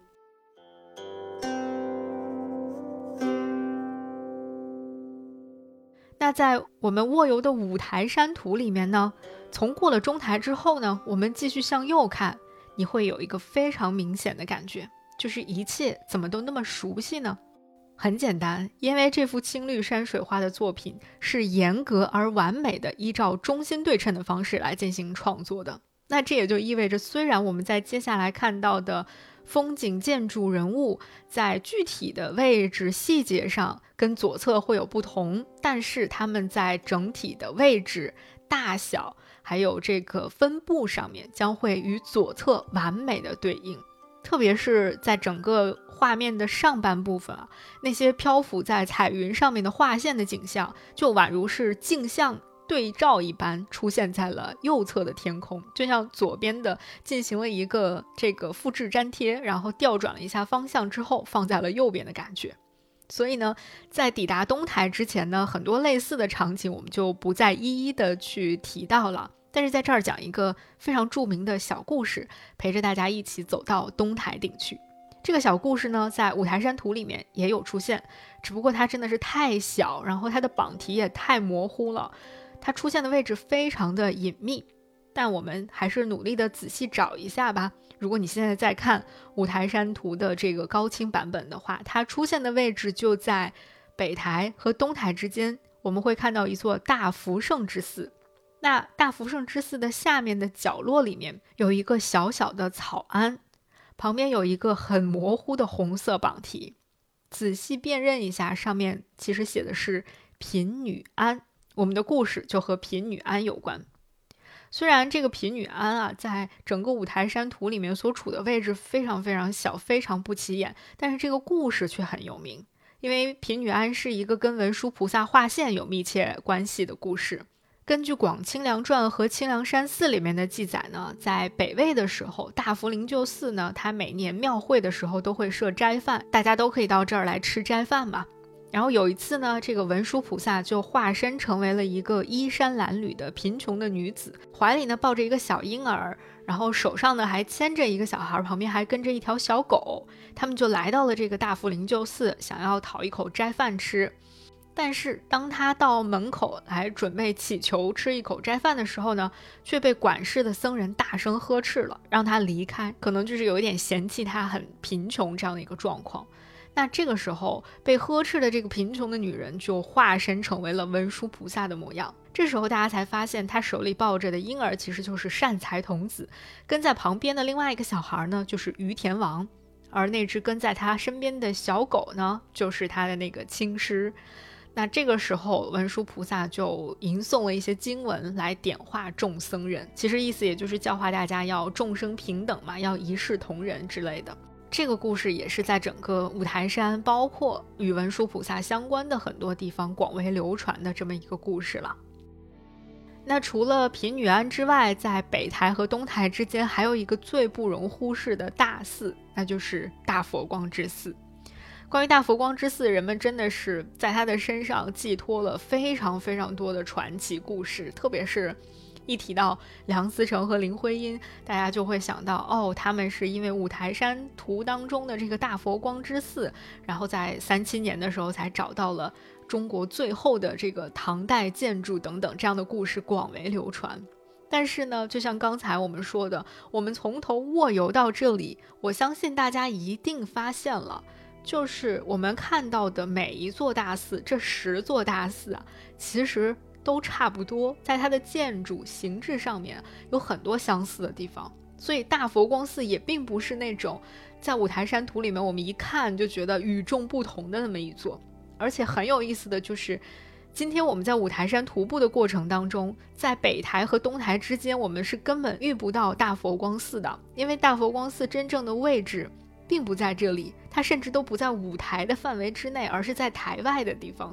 那在我们卧游的五台山图里面呢，从过了中台之后呢，我们继续向右看，你会有一个非常明显的感觉，就是一切怎么都那么熟悉呢？很简单，因为这幅青绿山水画的作品是严格而完美的依照中心对称的方式来进行创作的。那这也就意味着，虽然我们在接下来看到的风景、建筑、人物在具体的位置细节上跟左侧会有不同，但是他们在整体的位置、大小还有这个分布上面将会与左侧完美的对应。特别是在整个画面的上半部分那些漂浮在彩云上面的画线的景象，就宛如是镜像对照一般出现在了右侧的天空，就像左边的进行了一个这个复制粘贴，然后调转了一下方向之后放在了右边的感觉。所以呢，在抵达东台之前呢，很多类似的场景我们就不再一一的去提到了，但是在这儿讲一个非常著名的小故事，陪着大家一起走到东台顶去。这个小故事呢，在五台山图里面也有出现，只不过它真的是太小，然后它的榜题也太模糊了，它出现的位置非常的隐秘，但我们还是努力的仔细找一下吧。如果你现在在看五台山图的这个高清版本的话，它出现的位置就在北台和东台之间，我们会看到一座大福圣之寺。那大福圣之寺的下面的角落里面有一个小小的草庵，旁边有一个很模糊的红色榜题，仔细辨认一下，上面其实写的是贫女庵。我们的故事就和贫女庵有关。虽然这个贫女庵在整个五台山图里面所处的位置非常非常小，非常不起眼，但是这个故事却很有名，因为贫女庵是一个跟文殊菩萨画线有密切关系的故事。根据《广清凉传》和清凉山寺里面的记载呢，在北魏的时候，大福灵鹫寺呢，它每年庙会的时候都会设斋饭，大家都可以到这儿来吃斋饭嘛。然后有一次呢，这个文殊菩萨就化身成为了一个衣衫褴褛的贫穷的女子，怀里呢抱着一个小婴儿，然后手上呢还牵着一个小孩，旁边还跟着一条小狗。他们就来到了这个大福灵鹫寺，想要讨一口斋饭吃。但是当他到门口来准备祈求吃一口斋饭的时候呢，却被管事的僧人大声呵斥了，让他离开，可能就是有一点嫌弃他很贫穷这样的一个状况。那这个时候被呵斥的这个贫穷的女人就化身成为了文殊菩萨的模样。这时候大家才发现，她手里抱着的婴儿其实就是善财童子，跟在旁边的另外一个小孩呢就是于田王，而那只跟在他身边的小狗呢就是他的那个亲师。那这个时候文殊菩萨就吟诵了一些经文来点化众僧人，其实意思也就是教化大家要众生平等嘛，要一视同仁之类的。这个故事也是在整个五台山包括与文殊菩萨相关的很多地方广为流传的这么一个故事了。那除了贫女庵之外，在北台和东台之间还有一个最不容忽视的大寺，那就是大佛光之寺。关于大佛光之寺，人们真的是在他的身上寄托了非常非常多的传奇故事，特别是一提到梁思成和林徽因，大家就会想到他们是因为五台山图当中的这个大佛光之寺，然后在37年的时候才找到了中国最后的这个唐代建筑等等，这样的故事广为流传。但是呢，就像刚才我们说的，我们从头卧游到这里，我相信大家一定发现了，就是我们看到的每一座大寺，这10座大寺其实都差不多，在它的建筑形制上面有很多相似的地方。所以大佛光寺也并不是那种在五台山图里面我们一看就觉得与众不同的那么一座。而且很有意思的就是，今天我们在五台山徒步的过程当中，在北台和东台之间，我们是根本遇不到大佛光寺的，因为大佛光寺真正的位置并不在这里，它甚至都不在五台的范围之内，而是在台外的地方的。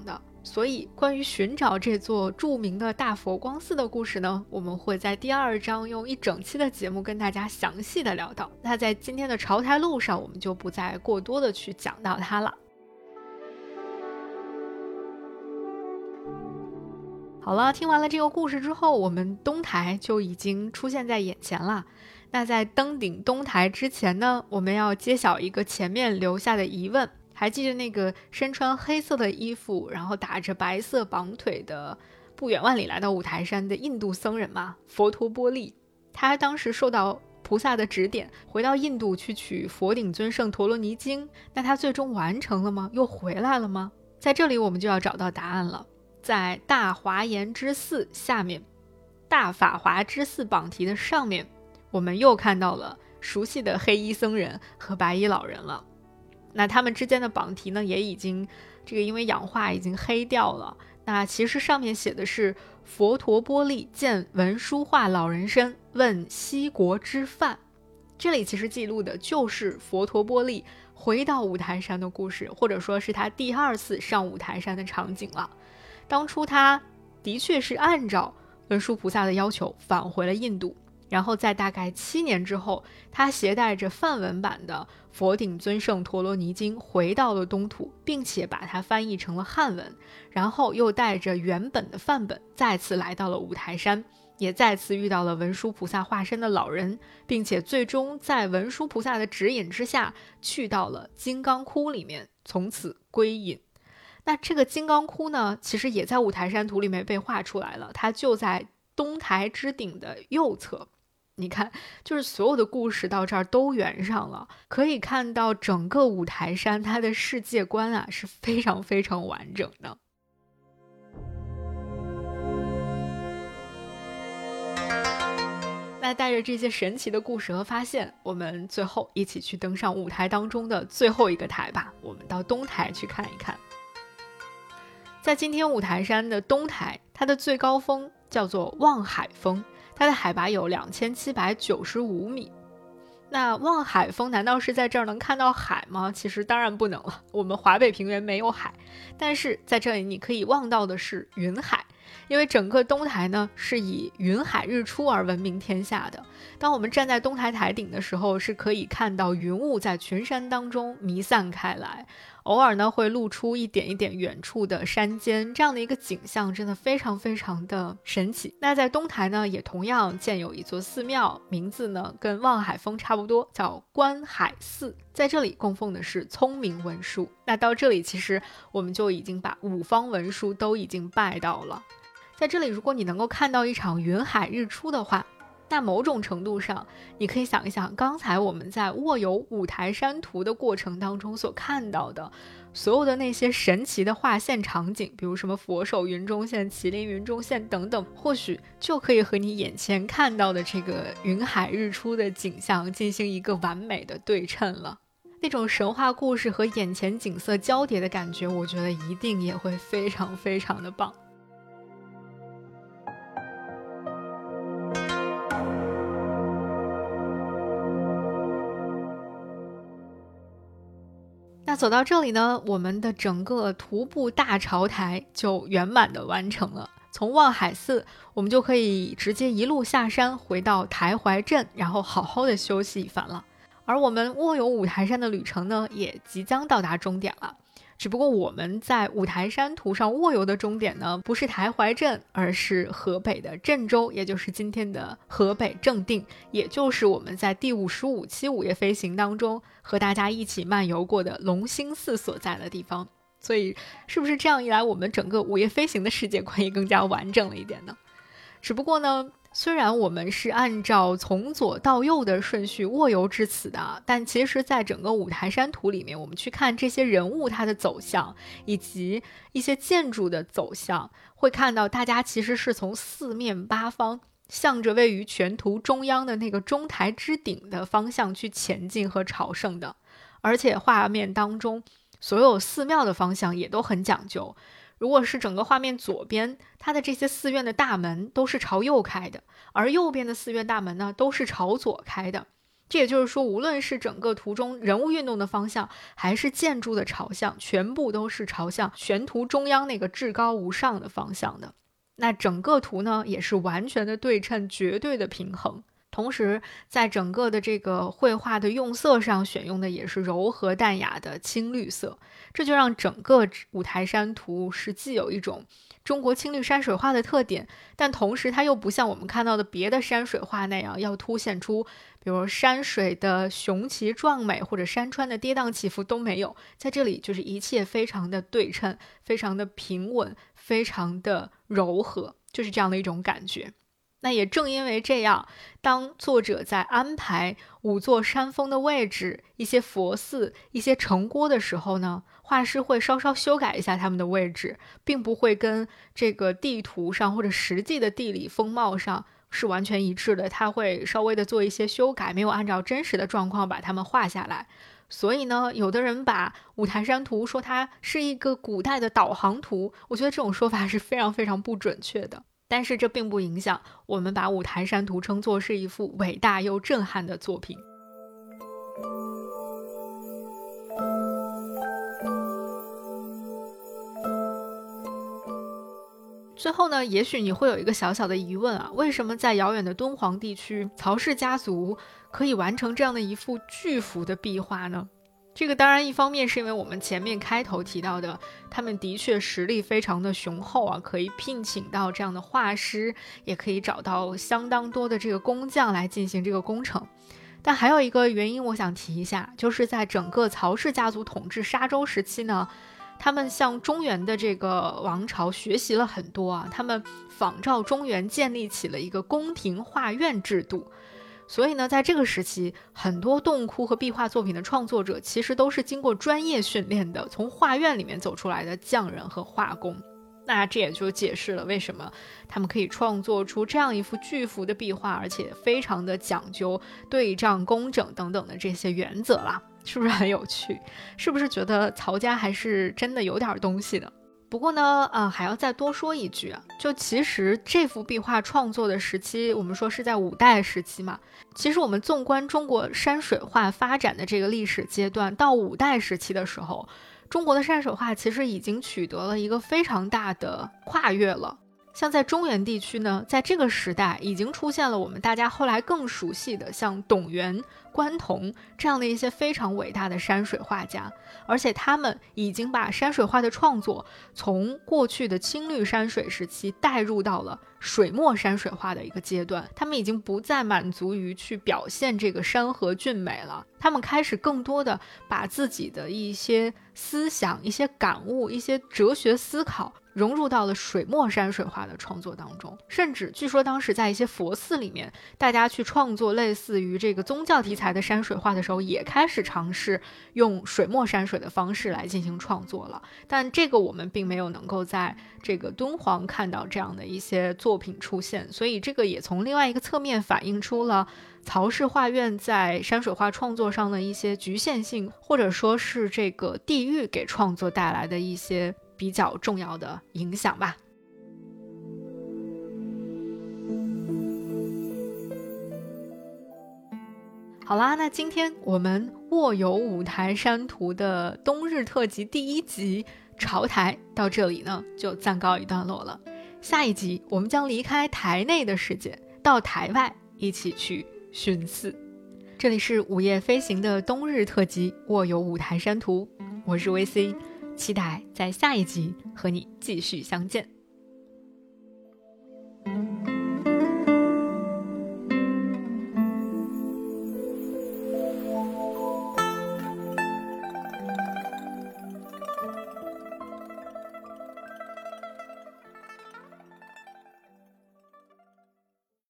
所以关于寻找这座著名的大佛光寺的故事呢，我们会在第2章用一整期的节目跟大家详细的聊到。那在今天的朝台路上，我们就不再过多的去讲到它了。好了，听完了这个故事之后，我们东台就已经出现在眼前了。那在登顶东台之前呢，我们要揭晓一个前面留下的疑问。还记得那个身穿黑色的衣服，然后打着白色绑腿的不远万里来到五台山的印度僧人吗？佛陀波利。他当时受到菩萨的指点，回到印度去取佛顶尊胜陀罗尼经。那他最终完成了吗？又回来了吗？在这里我们就要找到答案了。在大华严之寺下面，大法华之寺榜题的上面，我们又看到了熟悉的黑衣僧人和白衣老人了。那他们之间的榜题呢，也已经因为氧化已经黑掉了。那其实上面写的是佛陀波利见文殊化老人身，问西国之犯。这里其实记录的就是佛陀波利回到五台山的故事，或者说是他第2次上五台山的场景了。当初他的确是按照文殊菩萨的要求返回了印度，然后在大概7年之后，他携带着梵文版的佛顶尊胜陀罗尼经回到了东土，并且把它翻译成了汉文，然后又带着原本的梵本再次来到了五台山，也再次遇到了文殊菩萨化身的老人，并且最终在文殊菩萨的指引之下去到了金刚窟里面，从此归隐。那这个金刚窟呢，其实也在五台山图里面被画出来了，它就在东台之顶的右侧。你看，就是所有的故事到这儿都圆上了，可以看到整个五台山它的世界观啊是非常非常完整的。那带着这些神奇的故事和发现，我们最后一起去登上五台当中的最后一个台吧，我们到东台去看一看。在今天五台山的东台，它的最高峰叫做望海峰，它的海拔有2795米。那望海峰难道是在这儿能看到海吗？其实当然不能了，我们华北平原没有海，但是在这里你可以望到的是云海，因为整个东台呢是以云海日出而闻名天下的。当我们站在东台台顶的时候，是可以看到云雾在群山当中弥散开来，偶尔呢会露出一点一点远处的山间，这样的一个景象真的非常非常的神奇。那在东台呢也同样建有一座寺庙，名字呢跟望海峰差不多，叫观海寺，在这里供奉的是聪明文殊。那到这里其实我们就已经把五方文殊都已经拜到了。在这里如果你能够看到一场云海日出的话，那某种程度上你可以想一想，刚才我们在握有五台山图的过程当中所看到的所有的那些神奇的画线场景，比如什么佛手云中线、麒麟云中线等等，或许就可以和你眼前看到的这个云海日出的景象进行一个完美的对称了。那种神话故事和眼前景色交叠的感觉，我觉得一定也会非常非常的棒。那走到这里呢，我们的整个徒步大朝台就圆满的完成了。从望海寺我们就可以直接一路下山回到台怀镇，然后好好的休息一番了。而我们握有五台山的旅程呢，也即将到达终点了。只不过我们在五台山图上握有的终点呢，不是台怀镇，而是河北的郑州，也就是今天的河北正定，也就是我们在第55期午夜飞行当中和大家一起漫游过的龙兴寺所在的地方。所以是不是这样一来，我们整个午夜飞行的世界观也更加完整了一点呢？只不过呢，虽然我们是按照从左到右的顺序卧游至此的，但其实在整个五台山图里面，我们去看这些人物它的走向以及一些建筑的走向，会看到大家其实是从四面八方向着位于全图中央的那个中台之顶的方向去前进和朝圣的。而且画面当中所有寺庙的方向也都很讲究，如果是整个画面左边，它的这些寺院的大门都是朝右开的，而右边的寺院大门呢都是朝左开的。 这也就是说，无论是整个图中人物运动的方向，还是建筑的朝向，全部都是朝向全图中央那个至高无上的方向的。那整个图呢，也是完全的对称，绝对的平衡。同时，在整个的这个绘画的用色上，选用的也是柔和淡雅的青绿色，这就让整个五台山图是既有一种中国青绿山水画的特点，但同时它又不像我们看到的别的山水画那样要凸显出比如山水的雄奇壮美或者山川的跌宕起伏都没有，在这里就是一切非常的对称，非常的平稳，非常的柔和，就是这样的一种感觉。那也正因为这样，当作者在安排五座山峰的位置、一些佛寺、一些城郭的时候呢，画师会稍稍修改一下他们的位置，并不会跟这个地图上或者实际的地理风貌上是完全一致的，他会稍微的做一些修改，没有按照真实的状况把它们画下来。所以呢，有的人把五台山图说它是一个古代的导航图，我觉得这种说法是非常非常不准确的。但是这并不影响我们把五台山图称作是一幅伟大又震撼的作品。最后呢，也许你会有一个小小的疑问啊，为什么在遥远的敦煌地区，曹氏家族可以完成这样的一幅巨幅的壁画呢？这个当然一方面是因为我们前面开头提到的，他们的确实力非常的雄厚啊，可以聘请到这样的画师，也可以找到相当多的这个工匠来进行这个工程。但还有一个原因我想提一下，就是在整个曹氏家族统治沙州时期呢，他们向中原的这个王朝学习了很多啊，他们仿照中原建立起了一个宫廷画院制度。所以呢，在这个时期，很多洞窟和壁画作品的创作者其实都是经过专业训练的，从画院里面走出来的匠人和画工。那这也就解释了为什么他们可以创作出这样一幅巨幅的壁画，而且非常的讲究对仗工整等等的这些原则啦，是不是很有趣？是不是觉得曹家还是真的有点东西的？不过呢，还要再多说一句啊，就其实这幅壁画创作的时期，我们说是在五代时期嘛。其实我们纵观中国山水画发展的这个历史阶段，到五代时期的时候，中国的山水画其实已经取得了一个非常大的跨越了。像在中原地区呢，在这个时代已经出现了我们大家后来更熟悉的像董源、关同这样的一些非常伟大的山水画家，而且他们已经把山水画的创作从过去的青绿山水时期带入到了水墨山水画的一个阶段，他们已经不再满足于去表现这个山河俊美了，他们开始更多的把自己的一些思想、一些感悟、一些哲学思考融入到了水墨山水画的创作当中，甚至据说当时在一些佛寺里面，大家去创作类似于这个宗教题材的山水画的时候，也开始尝试用水墨山水的方式来进行创作了。但这个我们并没有能够在这个敦煌看到这样的一些作品出现，所以这个也从另外一个侧面反映出了曹氏画院在山水画创作上的一些局限性，或者说是这个地域给创作带来的一些比较重要的影响吧。好啦，那今天我们卧游五台山图的冬日特辑第一集朝台到这里呢就暂告一段落了。下一集我们将离开台内的世界，到台外一起去寻寺。这里是午夜飞行的冬日特辑卧游五台山图，我是 VC， 期待在下一集和你继续相见。